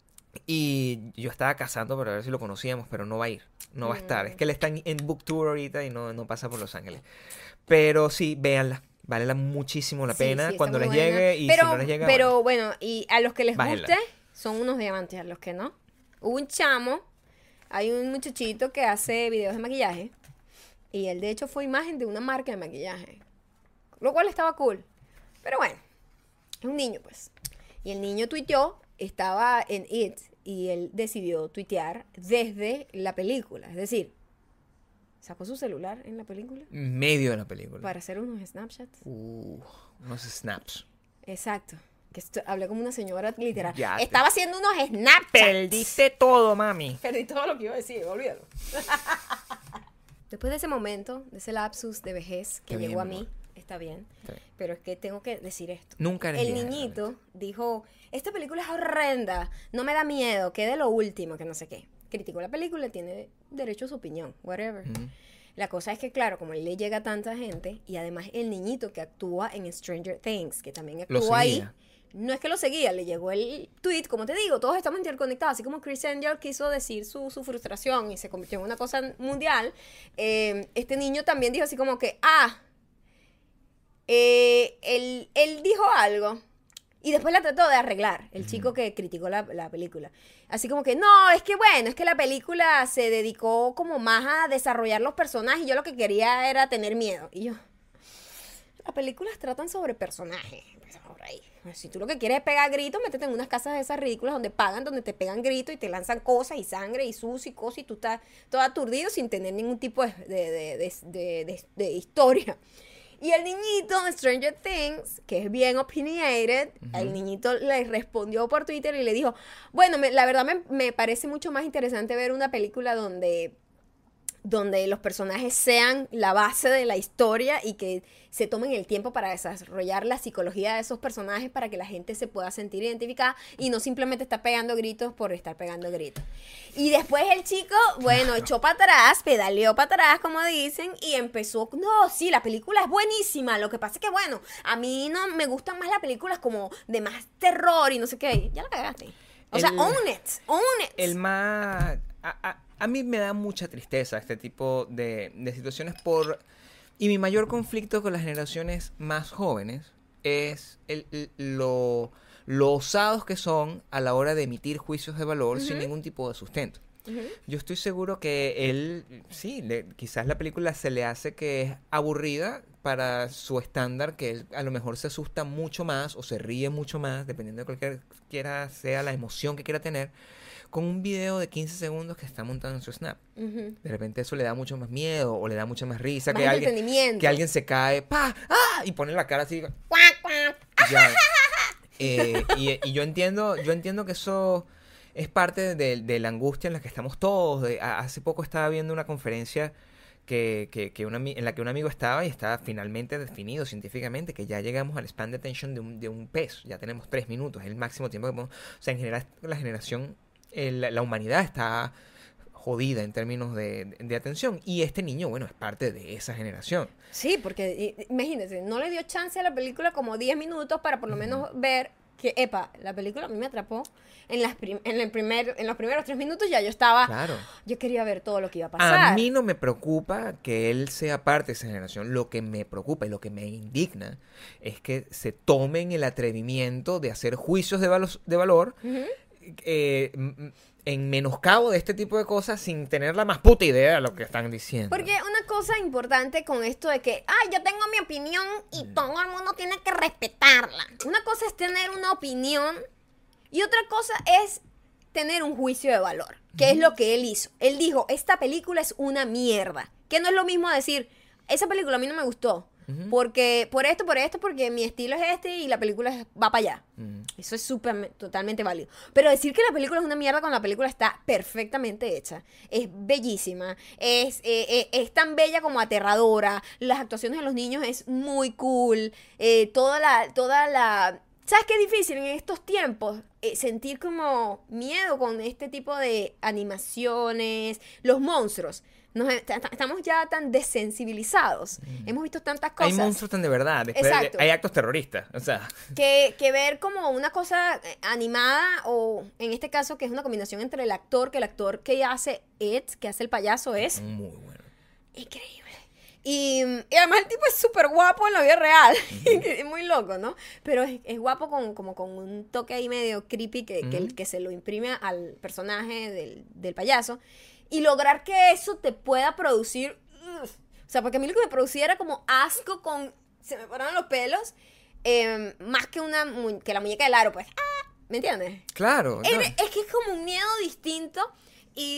Y yo estaba cazando para ver si lo conocíamos, pero no va a ir, no va a estar. Es que él está en Book Tour ahorita y no pasa por Los Ángeles. Pero sí, véanla. Vale muchísimo la Sí, pena sí, está cuando muy les buena. llegue, y pero, si no les llega, pero bueno, y a los que les Bájenla. guste, son unos diamantes, a los que no. Hubo un chamo, hay un muchachito que hace videos de maquillaje, y él de hecho fue imagen de una marca de maquillaje, lo cual estaba cool. Pero bueno, es un niño pues. Y el niño tuiteó, estaba en It, y él decidió tuitear desde la película, es decir, sacó su celular en la película en medio de la película. para hacer unos Snapchats. Unos snaps. Exacto. Hablé como una señora literal. Ya. Estaba haciendo unos Snapchats. Perdiste todo, mami. Perdí todo lo que iba a decir, olvídalo. Después de ese momento, de ese lapsus de vejez que Está bien, llegó a mi mí, amor. está bien. Está bien. Pero es que tengo que decir esto. Nunca eres El vieja, niñito dijo, esta película es horrenda, no me da miedo, que de lo último, que no sé qué. Criticó la película, tiene derecho a su opinión, whatever. Ujú. La cosa es que, claro, como él le llega a tanta gente, y además el niñito que actúa en Stranger Things, que también Lo actúa ahí, seguía. no es que lo seguía, le llegó el tweet, como te digo, todos estamos interconectados, así como Chris Angel quiso decir su frustración y se convirtió en una cosa mundial, este niño también dijo así como que, él dijo algo. Y después la trató de arreglar, el chico que criticó la película. Así como que, no, es que bueno, es que la película se dedicó como más a desarrollar los personajes y yo lo que quería era tener miedo. Y yo, las películas tratan sobre personajes. Pues, alright. Si tú lo que quieres es pegar gritos, métete en unas casas de esas ridículas donde pagan, donde te pegan gritos y te lanzan cosas y sangre y sucio y cosas y tú estás todo aturdido sin tener ningún tipo de historia. Y el niñito de Stranger Things, que es bien opinionated, el niñito le respondió por Twitter y le dijo, bueno, la verdad me parece mucho más interesante ver una película donde los personajes sean la base de la historia y que se tomen el tiempo para desarrollar la psicología de esos personajes para que la gente se pueda sentir identificada y no simplemente estar pegando gritos por estar pegando gritos. Y después el chico, bueno, echó para atrás, pedaleó para atrás, como dicen, y empezó, no, sí, la película es buenísima, lo que pasa es que, bueno, a mí no me gustan más las películas como de más terror y no sé qué, ya la cagaste. O sea, own it. El más... A mí me da mucha tristeza este tipo de situaciones y mi mayor conflicto con las generaciones más jóvenes es lo osados que son a la hora de emitir juicios de valor sin ningún tipo de sustento. Yo estoy seguro que él, sí, quizás la película se le hace que es aburrida para su estándar, que él a lo mejor se asusta mucho más o se ríe mucho más, dependiendo de cualquiera sea la emoción que quiera tener, con un video de 15 segundos que está montado en su Snap. De repente eso le da mucho más miedo o le da mucha más risa, Más que entretenimiento. alguien se cae, ¡pa! ¡Ah! Y pone la cara así, ya. Y yo entiendo que eso es parte de la angustia en la que estamos todos. Hace poco estaba viendo una conferencia en la que un amigo estaba y estaba finalmente definido científicamente que ya llegamos al span de attention de un pez. Ya tenemos 3 minutos, es el máximo tiempo que podemos. O sea, en general la generación, la humanidad está jodida en términos de atención. Y este niño, bueno, es parte de esa generación. Sí, porque imagínense, no le dio chance a la película como 10 minutos para por lo menos ver que, la película a mí me atrapó. En los primeros 3 minutos ya yo estaba... Claro. Yo quería ver todo lo que iba a pasar. A mí no me preocupa que él sea parte de esa generación. Lo que me preocupa y lo que me indigna es que se tomen el atrevimiento de hacer juicios de valor en menoscabo de este tipo de cosas sin tener la más puta idea de lo que están diciendo. Porque una cosa importante con esto de que, yo tengo mi opinión y todo el mundo tiene que respetarla. Una cosa es tener una opinión y otra cosa es tener un juicio de valor, que es lo que él hizo. Él dijo, esta película es una mierda. Que no es lo mismo decir, esa película a mí no me gustó. Porque por esto, porque mi estilo es este y la película va para allá. Eso es totalmente válido. Pero decir que la película es una mierda cuando la película está perfectamente hecha, es bellísima, es tan bella como aterradora, las actuaciones de los niños es muy cool, toda la ¿sabes qué es difícil en estos tiempos? Sentir como miedo con este tipo de animaciones, los monstruos. Estamos ya tan desensibilizados. Hemos visto tantas cosas. Hay monstruos tan de verdad. Exacto. Hay actos terroristas. O sea. Que ver como una cosa animada, o en este caso que es una combinación entre el actor que hace que hace el payaso, es muy bueno. Increíble. Y además el tipo es súper guapo en la vida real. Es muy loco, ¿no? Pero es guapo como con un toque ahí medio creepy que se lo imprime al personaje del payaso. Y lograr que eso te pueda producir... O sea, porque a mí lo que me producía era como asco se me paraban los pelos. Más que la muñeca del aro, pues. ¿Me entiendes? Claro. Es que es como un miedo distinto. Y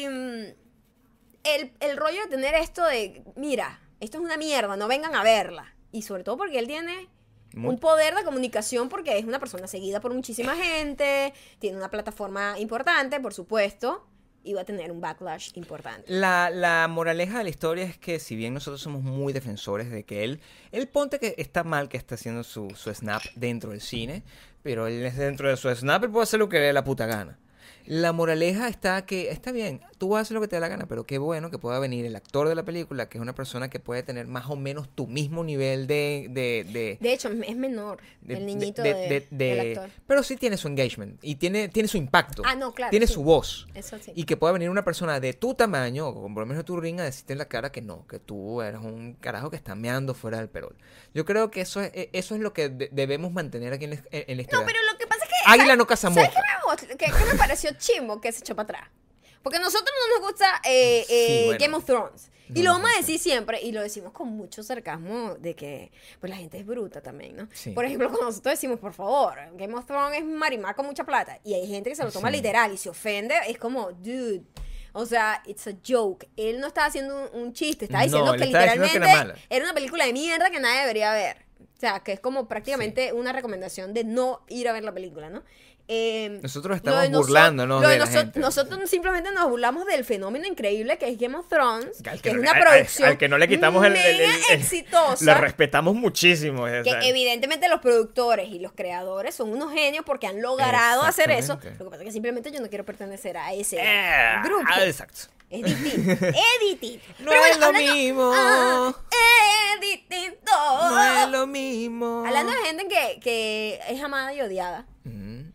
el rollo de tener esto de... Mira, esto es una mierda, no vengan a verla. Y sobre todo porque él tiene un poder de comunicación, porque es una persona seguida por muchísima gente, tiene una plataforma importante, por supuesto, y va a tener un backlash importante. La moraleja de la historia es que si bien nosotros somos muy defensores de que él ponte que está mal que está haciendo su snap dentro del cine, pero él es dentro de su snap, él puede hacer lo que le dé la puta gana. La moraleja está que, está bien, tú vas a hacer lo que te dé la gana, pero qué bueno que pueda venir el actor de la película, que es una persona que puede tener más o menos tu mismo nivel De hecho, es menor el niñito del actor. Pero sí tiene su engagement y tiene su impacto. No, claro. Tiene sí. su voz. Eso sí. Y que pueda venir una persona de tu tamaño, o por lo menos de tu ring, a decirte en la cara que no, que tú eres un carajo que está meando fuera del perol. Yo creo que eso es lo que debemos mantener aquí en la historia. No, pero lo que pasa es que... Águila no caza mosca. ¿Sabes qué me pareció chimbo que se echó para atrás? Porque a nosotros no nos gusta bueno. Game of Thrones. No Y lo nos vamos a gusta. decir siempre, y lo decimos con mucho sarcasmo, de que pues la gente es bruta también, ¿no? Sí. Por ejemplo, cuando nosotros decimos, por favor, Game of Thrones es marimar con mucha plata, y hay gente que se lo toma Sí. literal y se ofende, es como, dude... O sea, it's a joke. Él no estaba haciendo un chiste, estaba diciendo él que estaba diciendo literalmente que era mala. era una película de mierda que nadie debería ver. O sea, que es como prácticamente una recomendación de no ir a ver la película, ¿no? Nosotros lo de estamos burlándonos lo de la gente. Nosotros simplemente nos burlamos del fenómeno increíble que es Game of Thrones, Al que es no- una al- producción al que no le quitamos mega exitosa. Lo respetamos muchísimo. o Que sea. evidentemente los productores y los creadores son unos genios porque han logrado hacer eso. Exactamente. Lo que pasa es que simplemente yo no quiero pertenecer a ese grupo. Exacto. Es distinto. Es distinto. No Pero es lo hablando- mismo. Es distinto. No es lo mismo. Hablando de gente que es amada y odiada Ujú.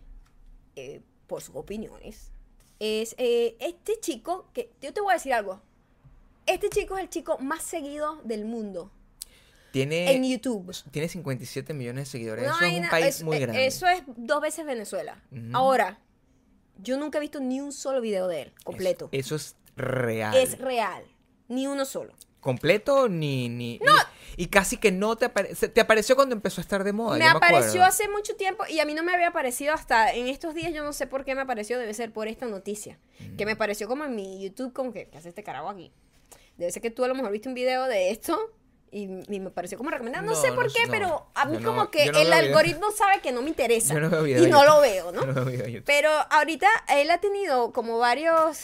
por sus opiniones, es este chico, que yo te voy a decir algo. Este chico es el chico más seguido del mundo en YouTube. Tiene 57 millones de seguidores. Una Eso es un vaina- país muy grande. Eso es 2 veces Venezuela. Ujú. Ahora, Yo nunca he visto ni un solo video de él completo. Eso es real. Es real. Ni uno solo. Completo No. Y casi que no te apareció. Te apareció cuando empezó a estar de moda. Me yo me apareció acuerdo. hace mucho tiempo y a mí no me había aparecido hasta en estos días. Yo no sé por qué me apareció. Debe ser por esta noticia. Que me apareció como en mi YouTube, como que, ¿qué hace este carajo aquí? Debe ser que tú a lo mejor viste un video de esto y me pareció como recomendado. No, No, sé por no, qué, no. pero a mí Yo no- como que yo no el veo video. algoritmo sabe que no me interesa. Yo no veo video y de no YouTube. lo veo, ¿no? Yo no veo video de YouTube. Pero ahorita él ha tenido como varias,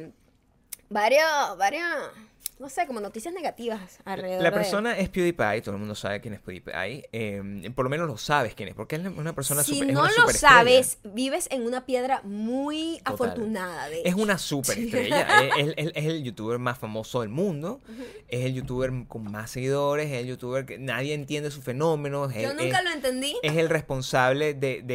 no sé, como noticias negativas alrededor La de él. persona es PewDiePie, todo el mundo sabe quién es PewDiePie. Por lo menos lo sabes quién es, porque es una persona Si super, es no una lo superestrella. sabes, vives en una piedra muy Total. afortunada. De Es hecho. una superestrella. Es el youtuber más famoso del mundo. Es el youtuber con más seguidores. Es el youtuber que nadie entiende sus fenómenos. Yo nunca lo entendí. Es el responsable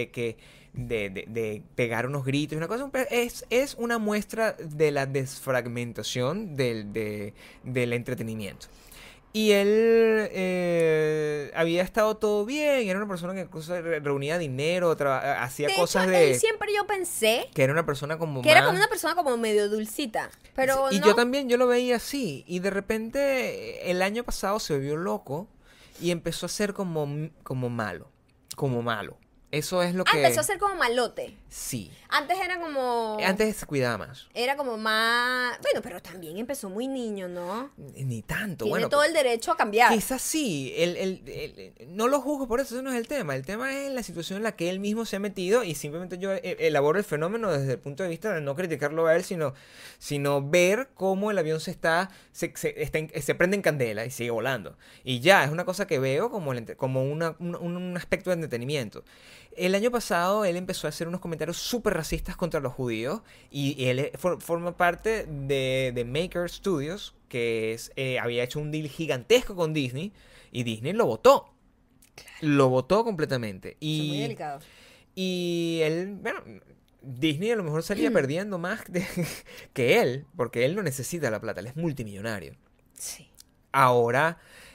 de pegar unos gritos y una cosa. Es una muestra de la desfragmentación del entretenimiento. Y él había estado todo bien, era una persona que incluso reunía dinero, hacía De cosas hecho, de... él siempre yo pensé Que era una persona como que era más- como una persona como medio dulcita. Pero y no. yo también, yo lo veía así. Y de repente, el año pasado se volvió loco y empezó a ser como malo. Como malo. Eso es lo que... Empezó a ser como malote. Sí. Antes era como... Antes se cuidaba más. Era como más... Bueno, pero también empezó muy niño, ¿no? Ni tanto. Tiene Bueno, todo el derecho a cambiar. quizás sí, no lo juzgo por eso, ese no es el tema. El tema es la situación en la que él mismo se ha metido y simplemente yo elaboro el fenómeno desde el punto de vista de no criticarlo a él, sino ver cómo el avión se prende en candela y sigue volando. Y ya, es una cosa que veo como un aspecto de entretenimiento. El año pasado él empezó a hacer unos comentarios súper racistas contra los judíos y él forma parte de Maker Studios, que había hecho un deal gigantesco con Disney y Disney lo votó. Lo votó completamente. Eso es muy delicado. Y él, bueno, Disney a lo mejor salía perdiendo más que él, porque él no necesita la plata, él es multimillonario. Sí. Ahora,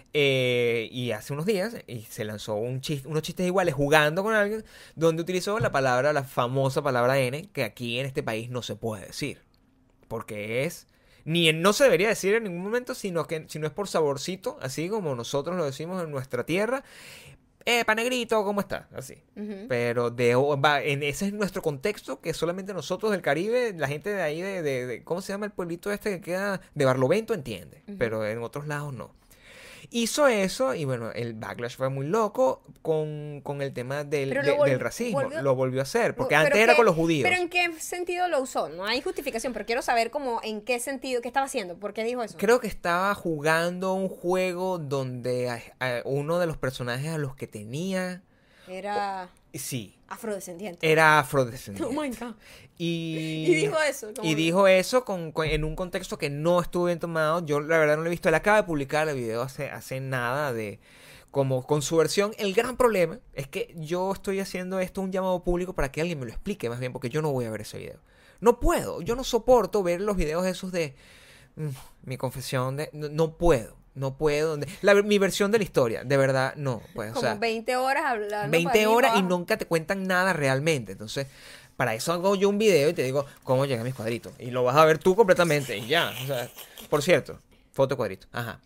y hace unos días, y se lanzó unos chistes iguales jugando con alguien, donde utilizó la famosa palabra N, que aquí en este país no se puede decir. Porque no se debería decir en ningún momento, si no es por saborcito, así como nosotros lo decimos en nuestra tierra. Negrito, ¿cómo está? Así. Ujú. Pero ese es nuestro contexto, que solamente nosotros del Caribe, la gente de ahí, ¿cómo se llama el pueblito este que queda? De Barlovento entiende, pero en otros lados no. Hizo eso y bueno, el backlash fue muy loco con el tema del racismo. Lo volvió a hacer, porque antes era con los judíos. ¿Pero en qué sentido lo usó? No hay justificación, pero quiero saber como en qué sentido, qué estaba haciendo, por qué dijo eso. Creo que estaba jugando un juego donde uno de los personajes a los que tenía... Era Sí, afrodescendiente. era afrodescendiente. Oh my God. Y dijo eso. como- Y dijo eso en un contexto que no estuvo bien tomado. Yo la verdad no lo he visto. Él acaba de publicar el video hace nada como con su versión. El gran problema es que yo estoy haciendo esto un llamado público para que alguien me lo explique más bien, porque yo no voy a ver ese video. No puedo. Yo no soporto ver los videos esos de mi confesión de... No puedo. No puedo. Mi versión de la historia, de verdad, no. Pues, como o sea, 20 horas hablando. 20 para arriba horas y abajo. nunca te cuentan nada realmente. Entonces, para eso hago yo un video y te digo cómo llegan mis cuadritos. Y lo vas a ver tú completamente y ya. O sea, por cierto, foto de cuadrito. Ajá.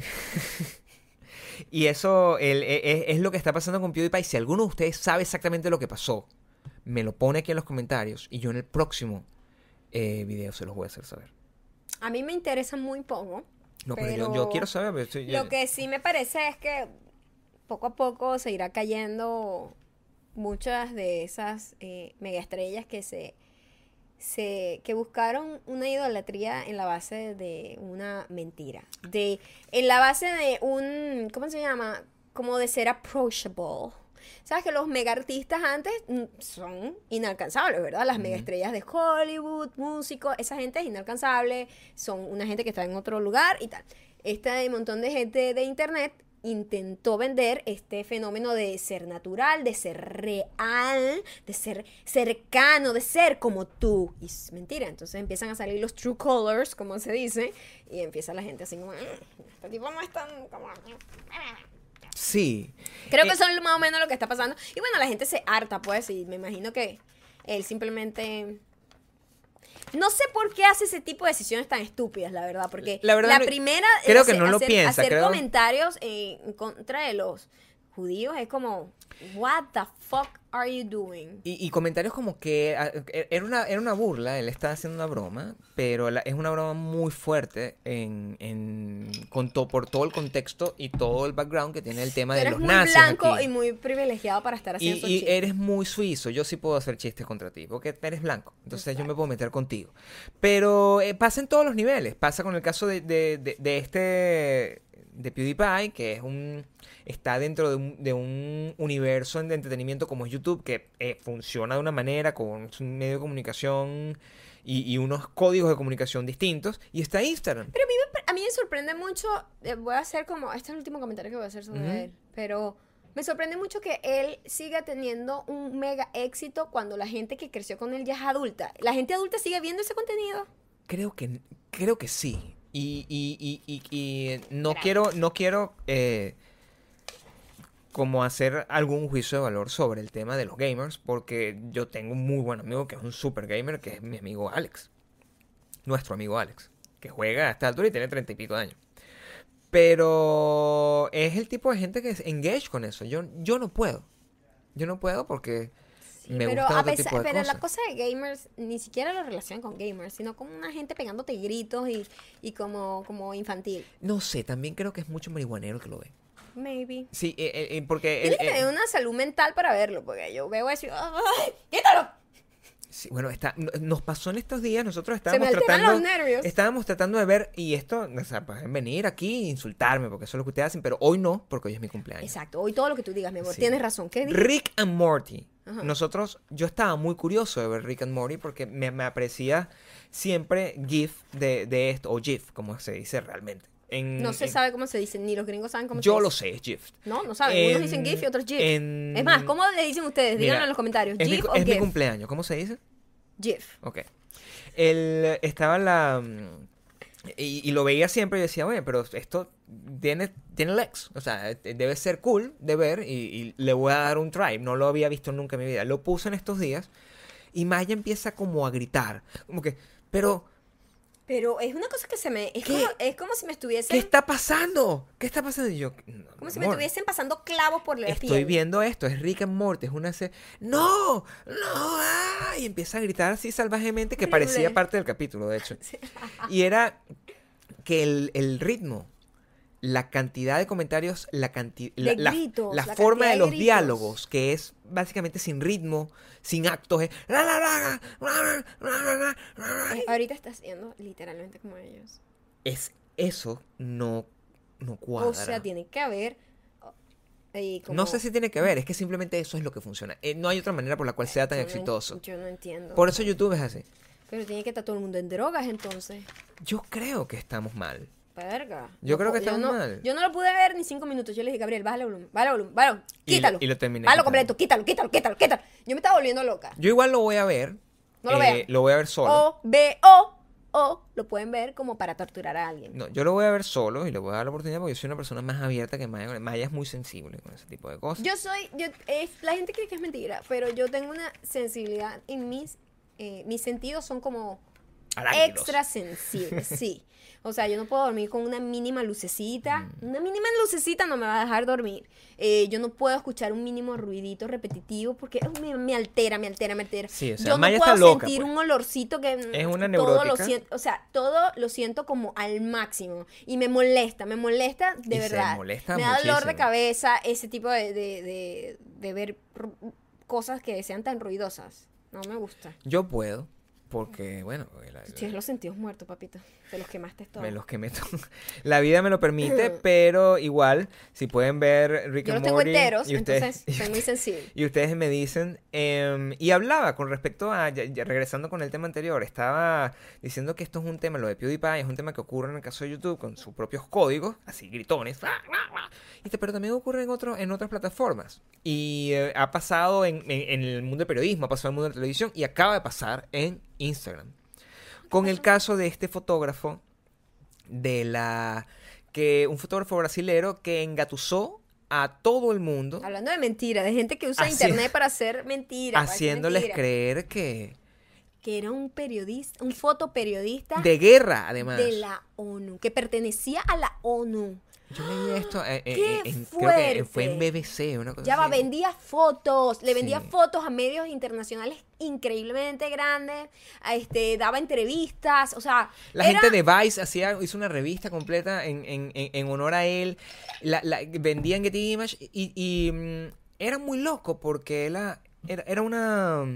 Y eso es lo que está pasando con PewDiePie. Si alguno de ustedes sabe exactamente lo que pasó, me lo pone aquí en los comentarios y yo en el próximo video se los voy a hacer saber. A mí me interesa muy poco. No, pero yo quiero saber. Lo que sí me parece es que poco a poco se irá cayendo muchas de esas megaestrellas que buscaron una idolatría en la base de una mentira. En la base de ¿cómo se llama? Como de ser approachable. ¿Sabes que los mega artistas antes son inalcanzables, verdad? Las mega estrellas de Hollywood, músicos, esa gente es inalcanzable, son una gente que está en otro lugar y tal. Este montón de gente de internet intentó vender este fenómeno de ser natural, de ser real, de ser cercano, de ser como tú. Y es mentira, entonces empiezan a salir los true colors, como se dice, y empieza la gente así como, este tipo no es tan como... Sí. Creo que eso es más o menos lo que está pasando. Y bueno, la gente se harta, pues, y me imagino que él simplemente No sé por qué hace ese tipo de decisiones tan estúpidas, la verdad. Porque La verdad, no, primera creo que no lo piensa. Hacer comentarios en contra de los judíos es como, what the fuck are you doing? Y comentarios como que era una burla, él estaba haciendo una broma, pero es una broma muy fuerte por todo el contexto y todo el background que tiene el tema de los nazis. Eres muy blanco aquí. y muy privilegiado para estar haciendo esos chistes. Y eres muy suizo, yo sí puedo hacer chistes contra ti, porque eres blanco, entonces yo me puedo meter contigo. Pero pasa en todos los niveles, pasa con el caso de PewDiePie, que está dentro de un universo de entretenimiento como es YouTube, que funciona de una manera, con un medio de comunicación y unos códigos de comunicación distintos, y está Instagram. Pero a mí me sorprende mucho, voy a hacer como, este es el último comentario que voy a hacer sobre él, pero me sorprende mucho que él siga teniendo un mega éxito cuando la gente que creció con él ya es adulta. ¿La gente adulta sigue viendo ese contenido? Creo que sí. Y no quiero como hacer algún juicio de valor sobre el tema de los gamers, porque yo tengo un muy buen amigo que es un super gamer, que es mi amigo Alex, nuestro amigo Alex, que juega a esta altura y tiene 30 y pico de años. Pero es el tipo de gente que es engage con eso. Yo no puedo porque me gusta otro tipo de pero cosas. la cosa de gamers, ni siquiera lo relacionan con gamers, sino como una gente pegándote gritos y como infantil. No sé, también creo que es mucho marihuanero que lo ve. Maybe. Sí, porque... Tienes que tener una salud mental para verlo, porque yo veo eso y ¡ay, quítalo! Sí, bueno, nos pasó en estos días, nosotros Se me alteran los nervios. estábamos tratando de ver, y esto, o sea, pueden venir aquí e insultarme, porque eso es lo que ustedes hacen, pero hoy no, porque hoy es mi cumpleaños. Exacto, hoy todo lo que tú digas, mi amor, Sí. tienes razón. ¿Qué dices? Rick and Morty. Ajá. Yo estaba muy curioso de ver Rick and Morty porque me aparecía siempre GIF de esto, o GIF, como se dice realmente. No se sabe cómo se dice, ni los gringos saben cómo se Yo dice. lo sé, es GIF. No saben. Unos dicen GIF y otros GIF. Es más, ¿cómo le dicen ustedes? Díganlo Mira, en los comentarios. Es ¿GIF o mi GIF? cumpleaños, ¿cómo se dice? GIF. Ok. Estaba y lo veía siempre y decía, oye, pero esto tiene legs. O sea, debe ser cool de ver y le voy a dar un try. No lo había visto nunca en mi vida. Lo puse en estos días y Maya empieza como a gritar. Como que, pero es una cosa que ¿Qué? es como si me ¿qué estuviesen... está pasando? ¿Qué está pasando? Y yo, no, Como si me amor, estuviesen pasando clavos por la estoy piel. viendo esto, es Rick and Morty, es una serie. ¡No! Y empieza a gritar así salvajemente que Horrible. parecía parte del capítulo, de hecho. Y era que el ritmo, la cantidad de comentarios, De gritos, la la forma cantidad de de los gritos. diálogos, que es básicamente sin ritmo, sin actos, Ahorita está haciendo literalmente como ellos. eso no cuadra. O sea, tiene que haber... como... No sé si tiene que ver, es que simplemente eso es lo que funciona. No hay otra manera por la cual sea tan Yo no exitoso. Yo no entiendo. Por eso YouTube es así. Pero tiene que estar todo el mundo en drogas, entonces. Yo creo que estamos mal. Verga. Yo creo que yo estamos no, mal. Yo no lo pude ver ni 5 minutos. Yo le dije, Gabriel, bájale el volumen, bájalo, quítalo. Y lo terminé Bájalo quitando. completo, quítalo. Yo me estaba volviendo loca. Yo igual lo voy a ver. No lo vean. Lo voy a ver solo. O lo pueden ver como para torturar a alguien. No, yo lo voy a ver solo y le voy a dar la oportunidad porque yo soy una persona más abierta que Maya. Maya es muy sensible con ese tipo de cosas. La gente cree que es mentira, pero yo tengo una sensibilidad en mis sentidos son como Arácnidos. extra sensibles, sí. O sea, yo no puedo dormir con una mínima lucecita. Una mínima lucecita no me va a dejar dormir. Yo no puedo escuchar un mínimo ruidito repetitivo porque me altera. Sí, o sea, yo no Maya puedo está loca, sentir pues. un olorcito que... Es una todo lo neurótica. siento, o sea, todo lo siento como al máximo. Y me molesta de Y se verdad. molesta Me da dolor de muchísimo. cabeza ese tipo de ver cosas que sean tan ruidosas. No me gusta. Yo puedo, porque, bueno, Tienes los sentidos muertos, papito. Te los quemaste todos. me los que meto. La vida me lo permite, pero igual, si pueden ver Rick Yo los and tengo Morty. enteros, y ustedes, entonces soy muy sensible. y ustedes me dicen, y hablaba con respecto a, ya regresando con el tema anterior, estaba diciendo que esto es un tema, lo de PewDiePie, es un tema que ocurre en el caso de YouTube con sus propios códigos, así gritones, pero también ocurre en otras plataformas. Y ha pasado en el mundo del periodismo, ha pasado en el mundo de la televisión y acaba de pasar en Instagram. Con el caso de este fotógrafo, un fotógrafo brasilero que engatusó a todo el mundo, Hablando de mentira, de gente que usa Así- internet para hacer mentiras. haciéndoles creer que que era un periodista, un fotoperiodista De guerra, además. de la ONU, que pertenecía a la ONU. Yo leí esto ¡Qué creo que fue en fuerte! BBC, una cosa Ya va, así. vendía fotos, le vendía Sí. fotos a medios internacionales increíblemente grandes, daba entrevistas, o sea, La era- gente de Vice hizo una revista completa en honor a él. Vendía en Getty Image y era muy loco porque era una...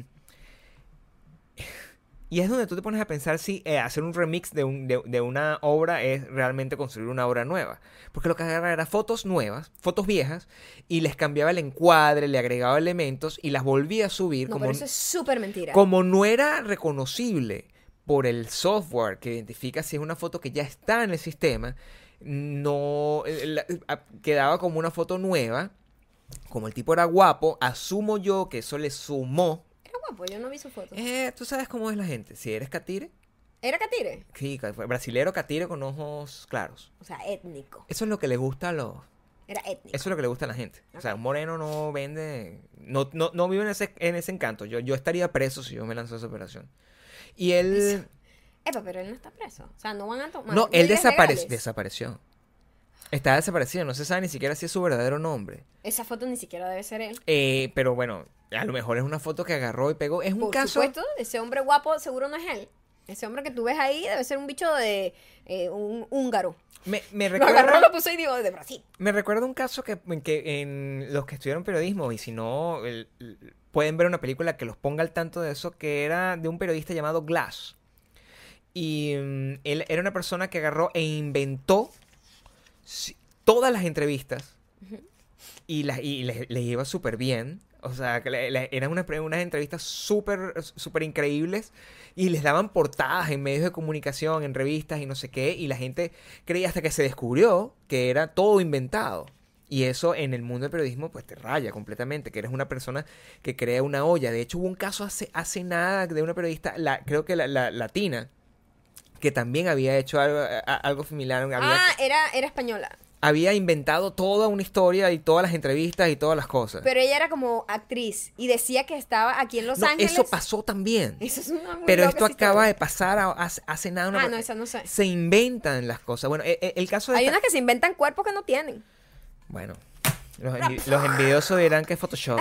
Y es donde tú te pones a pensar si hacer un remix de una obra es realmente construir una obra nueva. Porque lo que agarraba era fotos nuevas, fotos viejas, y les cambiaba el encuadre, le agregaba elementos y las volvía a subir No, como, pero eso es súper mentira. como no era reconocible por el software que identifica si es una foto que ya está en el sistema, no quedaba como una foto nueva. Como el tipo era guapo, asumo yo que eso le sumó. Era guapo, yo no vi su foto. Tú sabes cómo es la gente. Si eres catire, ¿Era catire? sí, brasilero catire con ojos claros. O sea, étnico. Eso es lo que le gusta a los... Era étnico. Eso es lo que le gusta a la gente. O sea, Ok. un moreno no vende... No vive en ese encanto. Yo estaría preso si yo me lanzo a esa operación. Y él... Epa, pero él no está preso. O sea, no van a tomar. No, él medidas legales. desapareció. Está desaparecido. No se sabe ni siquiera si es su verdadero nombre. Esa foto ni siquiera debe ser él. Pero bueno, a lo mejor es una foto que agarró y pegó. Es un Por caso... supuesto, ese hombre guapo seguro no es él. Ese hombre que tú ves ahí debe ser un bicho de un húngaro. Me Lo agarró, recuerda... lo puso y digo, de Brasil. Me recuerda un caso que en los que estudiaron periodismo, y si no, pueden ver una película que los ponga al tanto de eso, que era de un periodista llamado Glass. Y él era una persona que agarró e inventó todas las entrevistas y les iba súper bien. O sea, que eran unas entrevistas súper increíbles y les daban portadas en medios de comunicación, en revistas y no sé qué. Y la gente creía hasta que se descubrió que era todo inventado. Y eso en el mundo del periodismo pues te raya completamente, que eres una persona que crea una olla. De hecho hubo un caso hace nada de una periodista, creo que la latina, que también había hecho algo similar. Era española. Había inventado toda una historia y todas las entrevistas y todas las cosas. Pero ella era como actriz y decía que estaba aquí en Los No, Ángeles. eso pasó también. Eso es una muy Pero loca esto esa acaba historia. de pasar hace nada. No, esa no sé. Se inventan las cosas. Bueno, el caso de Hay unas que se inventan cuerpos que no tienen. Bueno, los envidiosos dirán que es Photoshop.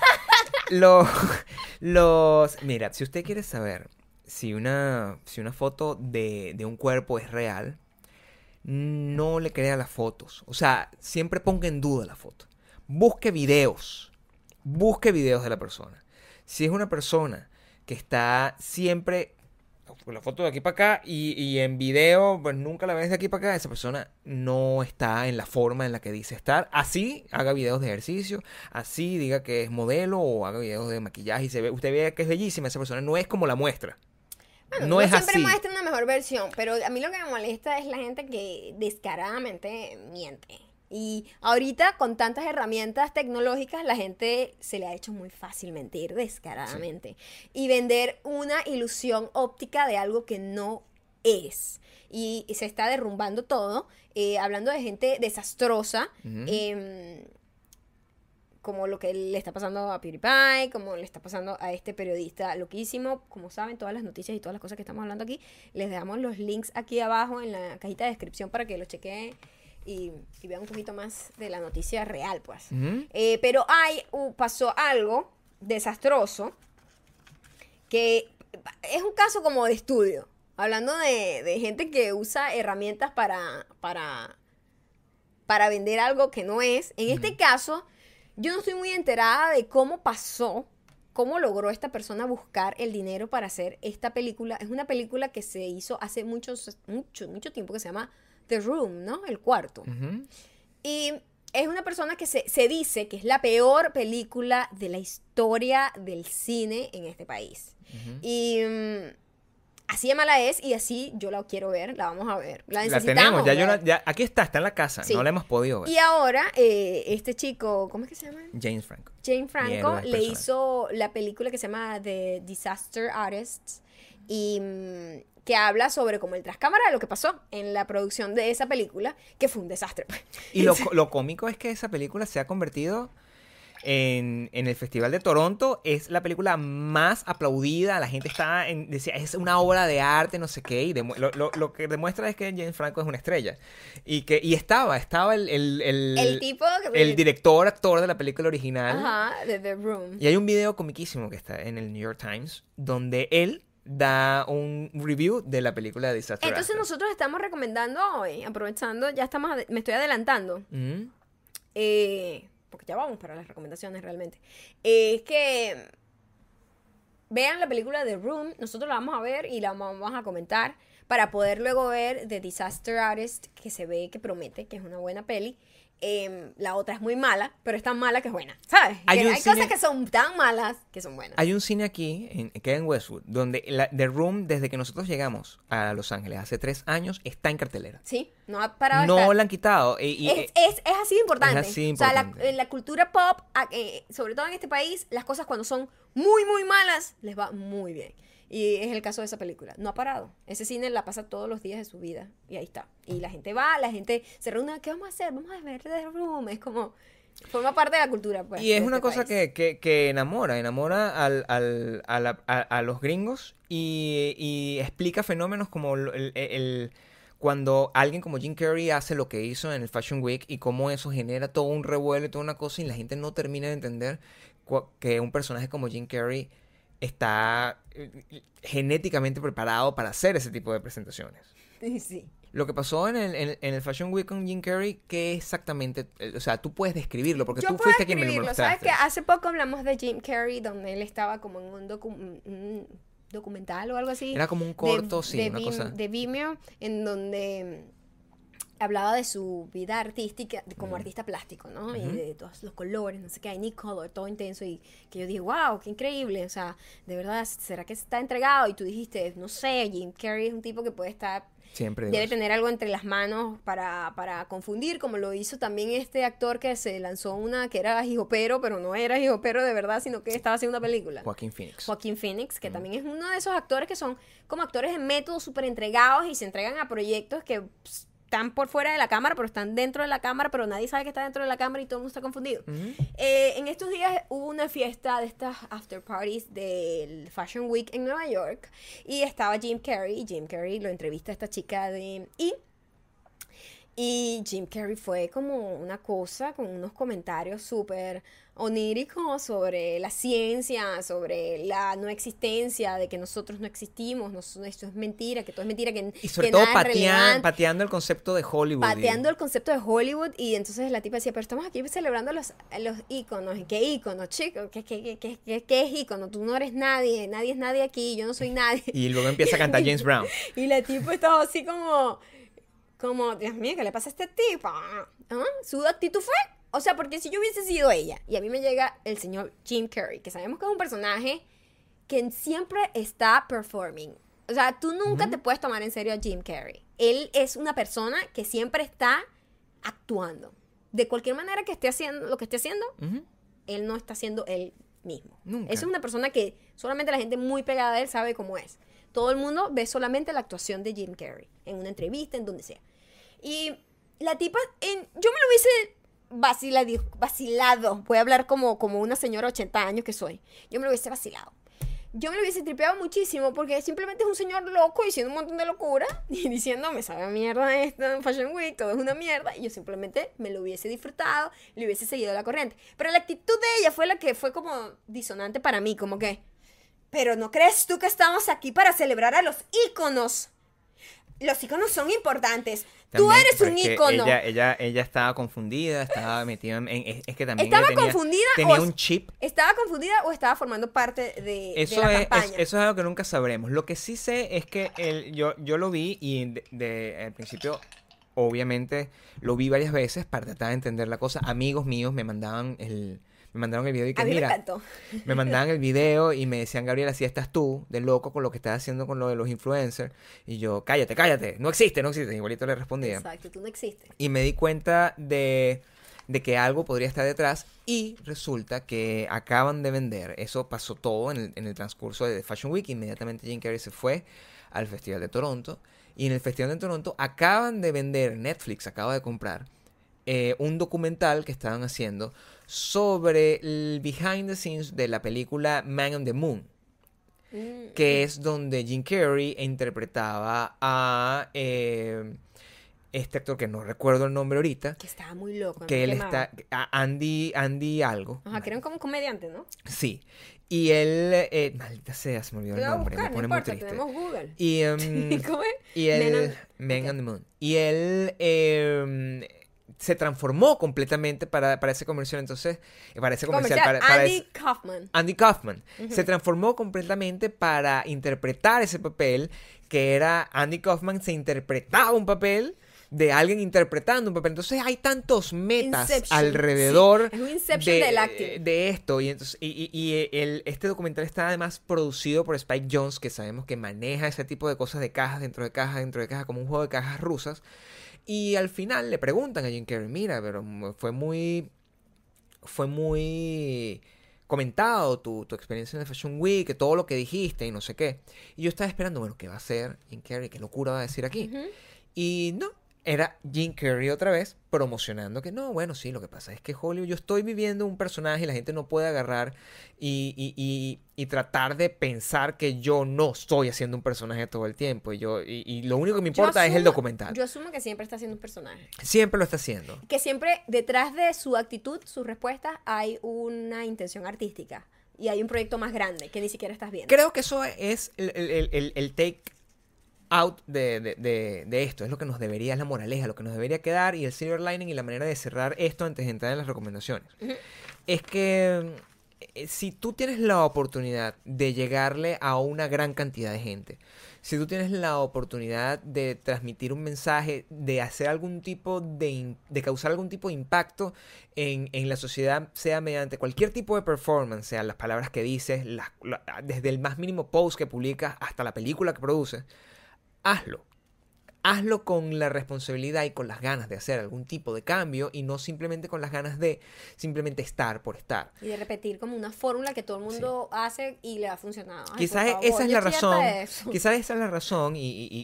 Mira, si usted quiere saber si una foto de un cuerpo es real, no le crea las fotos. O sea, siempre ponga en duda la foto. Busque videos de la persona. Si es una persona que está siempre con la foto de aquí para acá y en video, pues nunca la ves de aquí para acá, esa persona no está en la forma en la que dice estar. Así haga videos de ejercicio, así diga que es modelo o haga videos de maquillaje y usted ve que es bellísima, esa persona no es como la muestra. Bueno, No es siempre así. muestra una mejor versión, pero a mí lo que me molesta es la gente que descaradamente miente. Y ahorita con tantas herramientas tecnológicas la gente se le ha hecho muy fácil mentir descaradamente y vender una ilusión óptica de algo que no es. Y se está derrumbando todo, hablando de gente desastrosa. Como lo que le está pasando a PewDiePie, como le está pasando a este periodista loquísimo. Como saben, todas las noticias y todas las cosas que estamos hablando aquí, les dejamos los links aquí abajo en la cajita de descripción para que lo chequeen y vean un poquito más de la noticia real, pues. Pero pasó algo desastroso que es un caso como de estudio. Hablando de gente que usa herramientas para vender algo que no es. En este caso, yo no estoy muy enterada de cómo pasó, cómo logró esta persona buscar el dinero para hacer esta película. Es una película que se hizo hace mucho tiempo, que se llama The Room, ¿no? El cuarto. Y es una persona que se dice que es la peor película de la historia del cine en este país. Y así de mala es, y así yo la quiero ver, la vamos a ver. La necesitamos tenemos, ver. aquí está en la casa, Sí. no la hemos podido ver. Y ahora, este chico, ¿cómo es que se llama? James Franco. Jane Franco Mierda, le personaje. hizo la película que se llama The Disaster Artists y que habla sobre como el trascámara de lo que pasó en la producción de esa película, que fue un desastre. Y lo cómico es que esa película se ha convertido en el Festival de Toronto. Es la película más aplaudida. La gente decía, es una obra de arte, no sé qué. Y lo que demuestra es que James Franco es una estrella. Y estaba El tipo el director, actor de la película original. Ajá, de The Room. Y hay un video comiquísimo que está en el New York Times donde él da un review de la película de Disaster Entonces Artist. nosotros estamos recomendando hoy, aprovechando, ya estamos, me estoy adelantando, Mm. porque ya vamos para las recomendaciones realmente, es que vean la película The Room, nosotros la vamos a ver y la vamos a comentar para poder luego ver The Disaster Artist, que se ve que promete, que es una buena peli. La otra es muy mala, pero es tan mala que es buena, ¿sabes? Hay cosas que son tan malas que son buenas. Hay un cine aquí, queda en Westwood, donde The Room, desde que nosotros llegamos a Los Ángeles hace 3 años, está en cartelera. Sí, no ha parado de No estar. la han quitado. Es así de importante. Es así O sea, importante. la cultura pop, sobre todo en este país, las cosas cuando son muy, muy malas, les va muy bien. Y es el caso de esa película. No ha parado. Ese cine la pasa todos los días de su vida. Y ahí está. Y la gente va, la gente se reúne. ¿Qué vamos a hacer? Vamos a ver The Room. Es como... Forma parte de la cultura, pues. Y es de una este cosa país. que enamora a los gringos y explica fenómenos como cuando alguien como Jim Carrey hace lo que hizo en el Fashion Week y cómo eso genera todo un revuelo y toda una cosa y la gente no termina de entender que un personaje como Jim Carrey está genéticamente preparado para hacer ese tipo de presentaciones. Sí. Lo que pasó en el Fashion Week con Jim Carrey, ¿qué exactamente? O sea, tú puedes describirlo porque Yo tú puedo fuiste quien me lo escribirlo. ¿Sabes mostraste. que hace poco hablamos de Jim Carrey, donde él estaba como en un documental o algo así? Era como un corto, sí, una cosa. De Vimeo, en donde hablaba de su vida artística como artista plástico, ¿no? Y de todos los colores, no sé qué, Nick Color, todo intenso, y que yo dije, wow, qué increíble, o sea, de verdad, ¿será que está entregado? Y tú dijiste, no sé, Jim Carrey es un tipo que puede estar, Siempre digo debe eso. tener algo entre las manos para confundir, como lo hizo también este actor que se lanzó una que era hijopero, pero no era hijopero de verdad, sino que estaba haciendo una película. Joaquín Phoenix. Joaquín Phoenix, que también es uno de esos actores que son como actores de método súper entregados y se entregan a proyectos que están por fuera de la cámara, pero están dentro de la cámara, pero nadie sabe que está dentro de la cámara y todo el mundo está confundido. En estos días hubo una fiesta de estas after parties del Fashion Week en Nueva York y estaba Jim Carrey, y Jim Carrey lo entrevista a esta chica de... Y Jim Carrey fue como una cosa con unos comentarios súper oníricos sobre la ciencia, sobre la no existencia, de que nosotros no existimos, esto es mentira, que todo es mentira, Y sobre que todo nada es relevante, pateando el concepto de Hollywood. pateando el concepto de Hollywood. Y entonces la tipa decía, pero estamos aquí celebrando los íconos. ¿Y qué íconos, chicos? ¿Qué es ícono? Tú no eres nadie, nadie es nadie aquí, yo no soy nadie. Y luego empieza a cantar James Brown. Y la tipa estaba así como, Dios mío, ¿qué le pasa a este tipo? ¿Ah? ¿Su actitud fue? O sea, porque si yo hubiese sido ella, y a mí me llega el señor Jim Carrey, que sabemos que es un personaje que siempre está performing. O sea, tú nunca te puedes tomar en serio a Jim Carrey. Él es una persona que siempre está actuando. De cualquier manera que esté haciendo lo que esté haciendo, él no está siendo él mismo. Nunca. Esa es una persona que solamente la gente muy pegada a él sabe cómo es. Todo el mundo ve solamente la actuación de Jim Carrey, en una entrevista, en donde sea. Y la tipa, yo me lo hubiese vacilado. Voy a hablar como una señora de 80 años que soy. Yo me lo hubiese vacilado. Yo me lo hubiese tripeado muchísimo porque simplemente es un señor loco diciendo un montón de locura y diciendo, me sabe a mierda esto en Fashion Week, todo es una mierda. Y yo simplemente me lo hubiese disfrutado, le hubiese seguido la corriente. Pero la actitud de ella fue la que fue como disonante para mí, como que, pero ¿no crees tú que estamos aquí para celebrar a los íconos? Los íconos son importantes. Tú También, eres pero un es que ícono. ella estaba confundida, estaba metida es que también ¿Estaba ella confundida tenía o un chip. ¿Estaba confundida o estaba formando parte de Eso la es, campaña? eso es algo que nunca sabremos. Lo que sí sé es que yo lo vi y al principio, obviamente, lo vi varias veces para tratar de entender la cosa. Amigos míos me mandaron el video y que A mí me mira, encantó. me mandaban el video y me decían, Gabriela, así estás tú, de loco con lo que estás haciendo con lo de los influencers. Y yo, cállate, no existe. Igualito le respondía. Exacto, tú no existes. Y me di cuenta de que algo podría estar detrás y resulta que acaban de vender, eso pasó todo en el transcurso de Fashion Week, inmediatamente Jim Carrey se fue al Festival de Toronto y en el Festival de Toronto acaban de vender, Netflix acaba de comprar un documental que estaban haciendo sobre el behind the scenes de la película Man on the Moon, que es donde Jim Carrey interpretaba a este actor que no recuerdo el nombre ahorita, Que estaba muy loco. que me él quemaba. está, Andy algo. Ajá, que era como un comediante, ¿no? Sí. Y él, maldita sea, se me olvidó Lo el voy a nombre, buscar, me no pone muy importa, triste. tenemos Google. Y, ¿Cómo es? y él, Men on- Man on the Moon. Y él se transformó completamente para ese comercial. Entonces, para ese comercial, para Andy ese- Kaufman. Andy Kaufman se transformó completamente para interpretar ese papel, que era Andy Kaufman se interpretaba un papel de alguien interpretando un papel. Entonces hay tantos metas Inception, alrededor sí, es un Inception del acting. de esto. Y entonces este documental está además producido por Spike Jonze, que sabemos que maneja ese tipo de cosas de cajas dentro de cajas dentro de cajas, como un juego de cajas rusas. Y al final le preguntan a Jim Carrey, mira, pero fue muy comentado tu experiencia en el Fashion Week, que todo lo que dijiste y no sé qué. Y yo estaba esperando, bueno, ¿qué va a hacer Jim Carrey? ¿Qué locura va a decir aquí? Y no, era Jim Carrey otra vez promocionando que no, bueno, sí, lo que pasa es que Hollywood, yo estoy viviendo un personaje y la gente no puede agarrar y tratar de pensar que yo no estoy haciendo un personaje todo el tiempo. Y lo único que me importa es el documental. Yo asumo que siempre está haciendo un personaje. Siempre lo está haciendo. Que siempre detrás de su actitud, sus respuestas, hay una intención artística. Y hay un proyecto más grande que ni siquiera estás viendo. Creo que eso es el take out de esto, es lo que nos debería, es la moraleja, lo que nos debería quedar, y el silver lining y la manera de cerrar esto antes de entrar en las recomendaciones. Es que si tú tienes la oportunidad de llegarle a una gran cantidad de gente, si tú tienes la oportunidad de transmitir un mensaje, de hacer algún tipo de causar algún tipo de impacto en la sociedad, sea mediante cualquier tipo de performance, sea las palabras que dices, desde el más mínimo post que publicas hasta la película que produces, hazlo. Hazlo con la responsabilidad y con las ganas de hacer algún tipo de cambio, y no simplemente con las ganas de simplemente estar por estar. Y de repetir como una fórmula que todo el mundo hace y le ha funcionado. Ay, Quizás por favor, esa es yo la estoy harta razón. de eso. Quizás esa es la razón,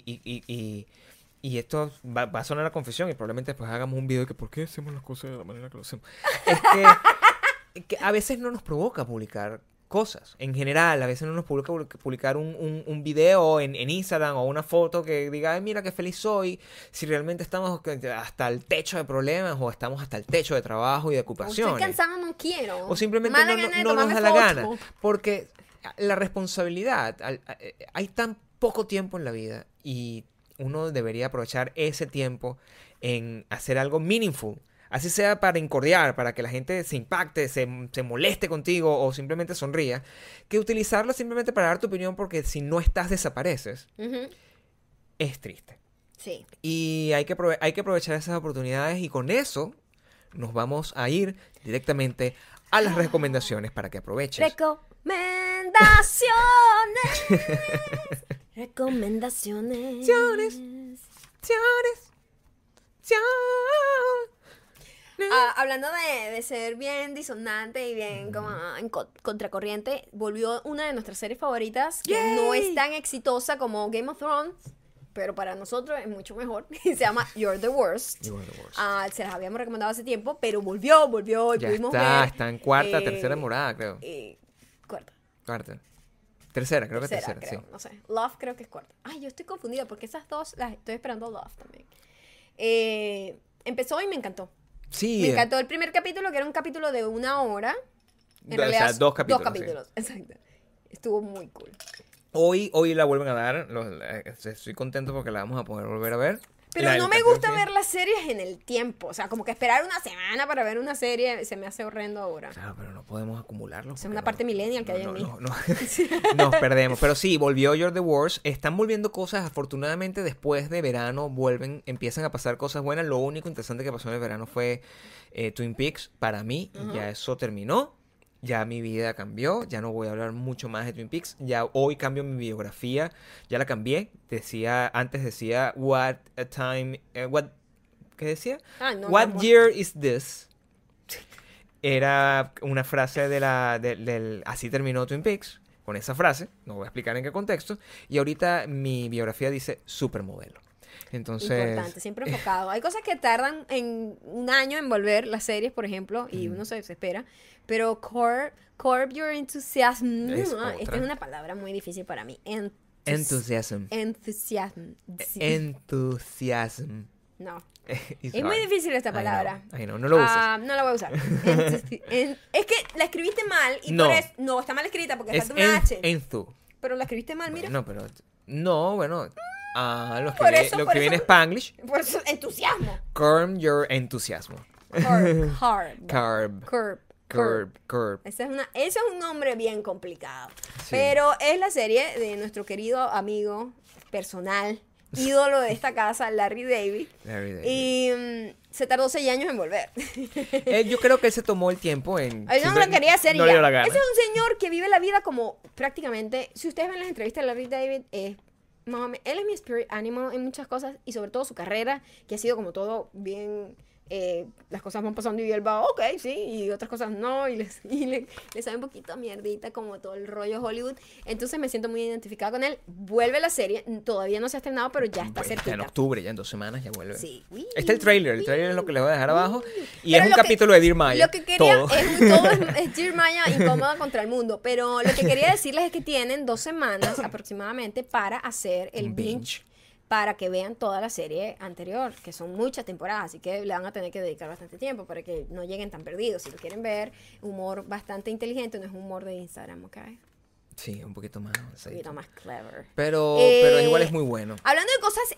y esto va a sonar a confesión, y probablemente después hagamos un video de que por qué hacemos las cosas de la manera que lo hacemos. Es que a veces no nos provoca publicar cosas. En general, a veces no nos provoca publicar un video en Instagram o una foto que diga, ay, mira qué feliz soy, si realmente estamos hasta el techo de problemas o estamos hasta el techo de trabajo y de O ocupaciones. estoy cansada, no quiero. O simplemente Mala gana de no nos tomarme da la foto. gana. Porque la responsabilidad, hay tan poco tiempo en la vida, y uno debería aprovechar ese tiempo en hacer algo meaningful. Así sea para incordiar, para que la gente se impacte, se moleste contigo o simplemente sonría, que utilizarlo simplemente para dar tu opinión, porque si no estás, desapareces. Ujú. Es triste. Sí. Y hay que aprovechar esas oportunidades, y con eso nos vamos a ir directamente a las recomendaciones para que aproveches. Recomendaciones. Recomendaciones. Hablando de ser bien disonante y bien como en contracorriente, volvió una de nuestras series favoritas, que ¡Yay! no es tan exitosa como Game of Thrones, pero para nosotros es mucho mejor. Y se llama You're the Worst. You are the worst. Se las habíamos recomendado hace tiempo, pero volvió y Ya pudimos está, ver. está en cuarta, tercera temporada, creo. Cuarta. Cuarta. Tercera, creo que Tercera, tercera, creo, sí. no sé. Love creo que es cuarta. Ay, yo estoy confundida porque esas dos las estoy esperando Love también. Empezó y me encantó. Sí. Me encantó el primer capítulo, que era un capítulo de 1 hora. En O realidad, sea, dos capítulos, Dos capítulos, exacto. Estuvo muy cool. Hoy la vuelven a dar. Estoy contento porque la vamos a poder volver a ver. Pero no El me capítulo gusta final. ver las series en el tiempo. O sea, como que esperar una semana para ver una serie se me hace horrendo ahora. Claro, pero no podemos acumularlo. Es porque una parte millennial que hay en mí. Nos perdemos. Pero sí, volvió You're the Worst. Están volviendo cosas. Afortunadamente, después de verano empiezan a pasar cosas buenas. Lo único interesante que pasó en el verano fue Twin Peaks. Para mí, ya eso terminó. Ya mi vida cambió, ya no voy a hablar mucho más de Twin Peaks. Ya hoy cambio mi biografía, ya la cambié. Antes decía, what a time, ¿qué decía? What year is this? Era una frase del así terminó Twin Peaks, con esa frase, no voy a explicar en qué contexto. Y ahorita mi biografía dice supermodelo. Entonces, Importante, siempre enfocado. Hay cosas que tardan en un año en volver, las series, por ejemplo, y uno se desespera. Pero curb your enthusiasm. Es Esta otra. es una palabra muy difícil para mí. enthusiasm. Enthusiasm. Enthusiasm. No. It's Es muy hard. difícil esta I know, palabra. I know, no lo uses. No la voy a usar. Es que la escribiste mal y No. por eso. No, está mal escrita porque Es falta una H. enthu. Pero la escribiste mal, mira. No, pero... No, bueno... lo Por escribí, eso- lo por escribí en eso- Spanglish. Por eso, entusiasmo. Curb your enthusiasm. Curb. Ese es un nombre bien complicado. Sí. Pero es la serie de nuestro querido amigo personal, ídolo de esta casa, Larry David. Larry David. Y se tardó 6 años en volver. Yo creo que él se tomó el tiempo en... Él no siempre- lo quería hacer y no le ya. dio la gana. Ese es un señor que vive la vida como prácticamente. Si ustedes ven las entrevistas de Larry David, más o menos, él es mi spirit animal en muchas cosas y sobre todo su carrera, que ha sido como todo bien. Las cosas van pasando y él va, ok, sí, y otras cosas no, y le sabe un poquito a mierdita como todo el rollo Hollywood. Entonces me siento muy identificada con él. Vuelve la serie, todavía no se ha estrenado, pero ya está Pues, cerquita. en octubre, ya en 2 semanas ya vuelve. Sí. Está el trailer es lo que les voy a dejar abajo. Y Pero es un lo que- capítulo de Dear Maya. Lo que quería todo. es Dear Maya incómoda contra el mundo. Pero lo que quería decirles es que tienen 2 semanas aproximadamente para hacer el Un binge. Para que vean toda la serie anterior, que son muchas temporadas, así que le van a tener que dedicar bastante tiempo para que no lleguen tan perdidos. Si lo quieren ver, humor bastante inteligente, no es humor de Instagram, ¿ok? Sí, un poquito más. Un poquito más clever. Pero Eh, igual es muy bueno. Hablando de cosas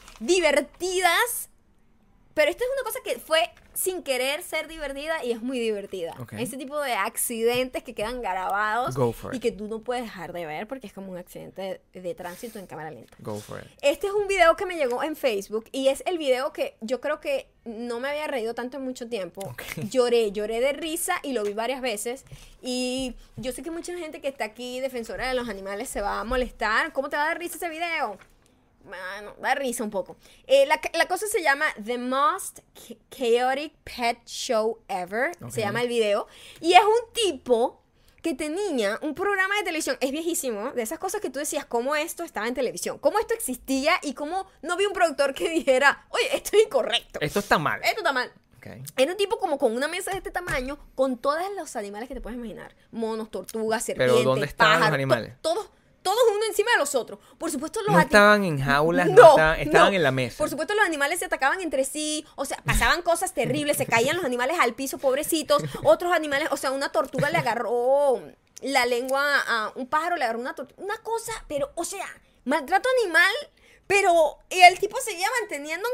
divertidas, pero esta es una cosa que fue sin querer ser divertida y es muy divertida. Ok. Ese tipo de accidentes que quedan grabados Go for y it. que tú no puedes dejar de ver porque es como un accidente de tránsito en cámara lenta. Go for it. Este es un video que me llegó en Facebook y es el video que yo creo que no me había reído tanto en mucho tiempo. Ok. Lloré de risa y lo vi varias veces. Y yo sé que mucha gente que está aquí, defensora de los animales, se va a molestar. ¿Cómo te va a dar risa ese video? Bueno, da risa un poco. La cosa se llama The Most Chaotic Pet Show Ever. Ok. Se llama el video. Y es un tipo que tenía un programa de televisión, es viejísimo, de esas cosas que tú decías, cómo esto estaba en televisión, cómo esto existía y cómo no vi un productor que dijera, oye, esto es incorrecto, Esto está mal. esto está mal. Ok. Era un tipo como con una mesa de este tamaño, con todos los animales que te puedes imaginar. Monos, tortugas, Pero, serpientes, ¿dónde estaban los pájaros, animales? todos uno encima de los otros. Por supuesto, los No ati- estaban en jaulas, estaban no. en la mesa. Por supuesto, los animales se atacaban entre sí, o sea, pasaban cosas terribles, se caían los animales al piso, pobrecitos. Otros animales, o sea, una tortuga le agarró la lengua a un pájaro, le agarró una tortuga. Una cosa, pero, o sea, maltrato animal. Pero el tipo seguía manteniendo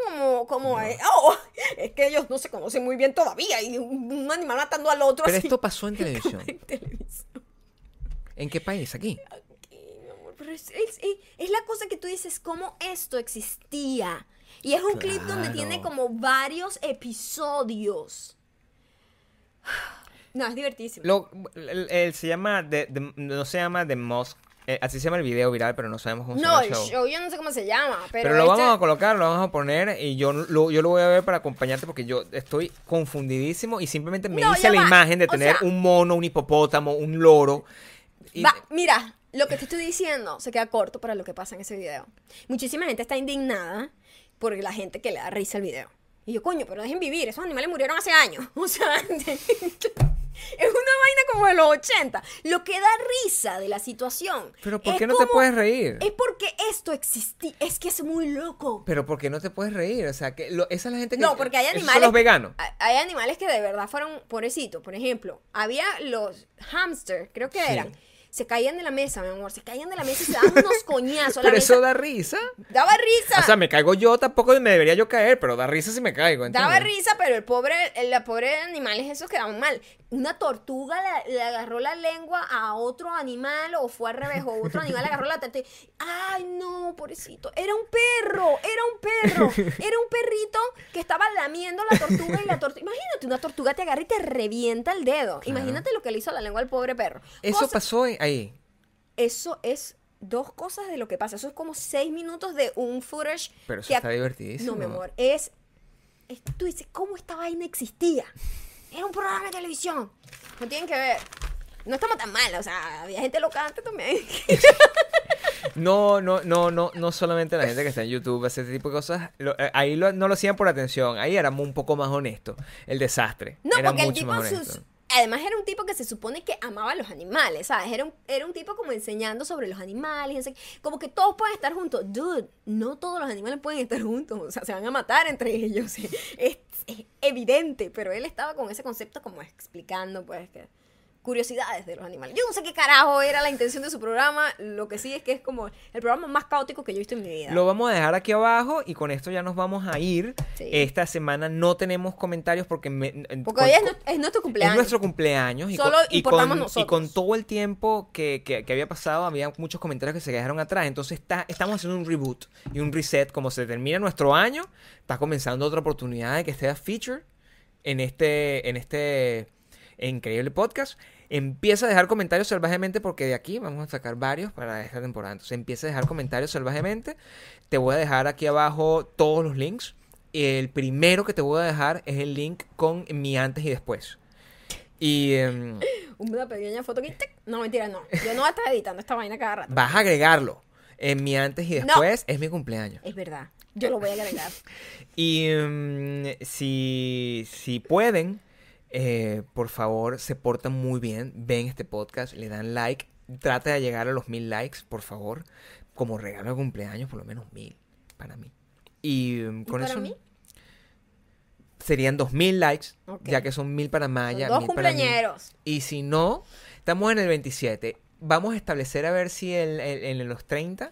es que ellos no se conocen muy bien todavía y un animal matando al otro Pero así. esto pasó en televisión. En televisión. ¿En qué país? Aquí. Aquí, mi amor, pero es la cosa que tú dices, cómo esto existía. Y es un clip donde Claro. tiene como varios episodios. No, es divertísimo. Se llama, no se llama The Most, así se llama el video viral, pero no sabemos cómo se No, llama el el show. show yo no sé cómo se llama, Pero lo vamos a colocar, lo vamos a poner y yo lo voy a ver para acompañarte porque yo estoy confundidísimo y simplemente me No, hice ya la va. imagen de O tener sea- un mono, un hipopótamo, un loro. Y- Mira, lo que te estoy diciendo se queda corto para lo que pasa en ese video. Muchísima gente está indignada por la gente que le da risa al video. Y yo, coño, pero dejen vivir, esos animales murieron hace años. O sea, es una vaina como de los 80. Lo que da risa de la situación. Pero ¿por es qué no te como- puedes reír? Es porque esto existía. Es que es muy loco. Pero ¿por qué no te puedes reír? O sea, que esa es la gente que... No, porque hay esos animales. son los veganos. Hay animales que de verdad fueron pobrecitos. Por ejemplo, había los hamsters, creo que Sí. eran. Se caían de la mesa, mi amor. Se caían de la mesa y se daban unos coñazos. La Pero mesa eso da risa. daba risa. O sea, me caigo yo, tampoco me debería yo caer, pero da risa si me caigo. Daba ¿entiendes? risa, pero la pobre animales esos quedaban mal. Una tortuga le agarró la lengua a otro animal o fue al revés, o otro animal le agarró la teta. Ay, no, pobrecito. Era un perro. Era un perrito que estaba lamiendo la tortuga y la tortuga. Imagínate, una tortuga te agarra y te revienta el dedo. Claro. Imagínate lo que le hizo a la lengua al pobre perro. Eso Cosa- pasó ahí. Eso es 2 cosas de lo que pasa. Eso es como 6 minutos de un footage. Pero eso que está divertidísimo. No, mi amor, tú dices, ¿cómo esta vaina existía? Era un programa de televisión. No tienen que ver. No estamos tan mal, o sea, había gente loca antes también. No solamente la gente que está en YouTube hace este tipo de cosas. No lo hacían por atención. Ahí éramos un poco más honestos. El desastre. No, era porque el mucho tipo más honesto. además era un tipo que se supone que amaba a los animales, ¿sabes? Era un tipo como enseñando sobre los animales, no sé qué. Como que todos pueden estar juntos. Dude, no todos los animales pueden estar juntos, o sea, se van a matar entre ellos. Es evidente, pero él estaba con ese concepto como explicando, pues, que curiosidades de los animales. Yo no sé qué carajo era la intención de su programa, lo que sí es que es como el programa más caótico que yo he visto en mi vida. Lo vamos a dejar aquí abajo y con esto ya nos vamos a ir. Sí. Esta semana no tenemos comentarios porque Porque hoy es nuestro cumpleaños. Es nuestro cumpleaños. Solo importamos nosotros. Y con todo el tiempo que había pasado, había muchos comentarios que se quedaron atrás. Entonces estamos haciendo un reboot y un reset. Como se termina nuestro año, está comenzando otra oportunidad de que esté feature en este increíble podcast. Empieza a dejar comentarios salvajemente porque de aquí vamos a sacar varios para esta temporada. Entonces empieza a dejar comentarios salvajemente. Te voy a dejar aquí abajo todos los links. El primero que te voy a dejar es el link con mi antes y después. Y una pequeña foto aquí. ¡tic! No, mentira, no. Yo no voy a estar editando esta vaina cada rato. vas a agregarlo. En mi antes y después es mi cumpleaños. Es verdad. Yo lo voy a agregar. Y si pueden, por favor, se portan muy bien, ven este podcast, le dan like, trata de llegar a los 1000 likes, por favor, como regalo de cumpleaños, por lo menos 1000 para mí. Y con para eso mí? serían 2000 likes, Ok. ya que son 1000 para Maya, Son 2 1000 para mí. cumpleañeros. Y si no, estamos en el 27. Vamos a establecer a ver si en los 30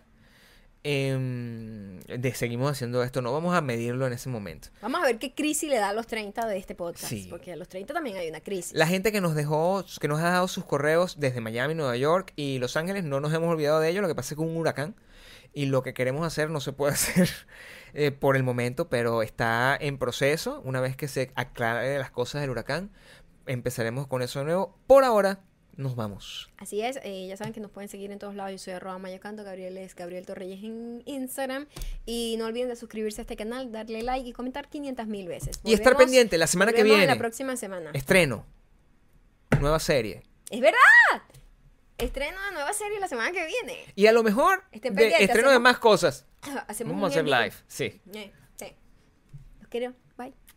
seguimos haciendo esto. No vamos a medirlo en ese momento. Vamos a ver qué crisis le da a los 30 de este podcast. Sí. Porque a los 30 también hay una crisis. La gente que nos ha dado sus correos desde Miami, Nueva York y Los Ángeles, no nos hemos olvidado de ello. Lo que pasa es que un huracán y lo que queremos hacer no se puede hacer por el momento, pero está en proceso. Una vez que se aclare las cosas del huracán, empezaremos con eso de nuevo. Por ahora, nos vamos. Así es, ya saben que nos pueden seguir en todos lados. Yo soy @mayacando, Gabriel es Gabriel Torreyes en Instagram. Y no olviden de suscribirse a este canal, darle like y comentar 500,000 veces. Y estar pendiente la semana que volvemos viene. la próxima semana. Estreno. Nueva serie. ¡Es verdad! Estreno de nueva serie la semana que viene. Y a lo mejor Estén pendientes, estreno de más cosas. Hacemos Vamos a un hacer en vivo. live. Sí. Sí. Los quiero. Bye.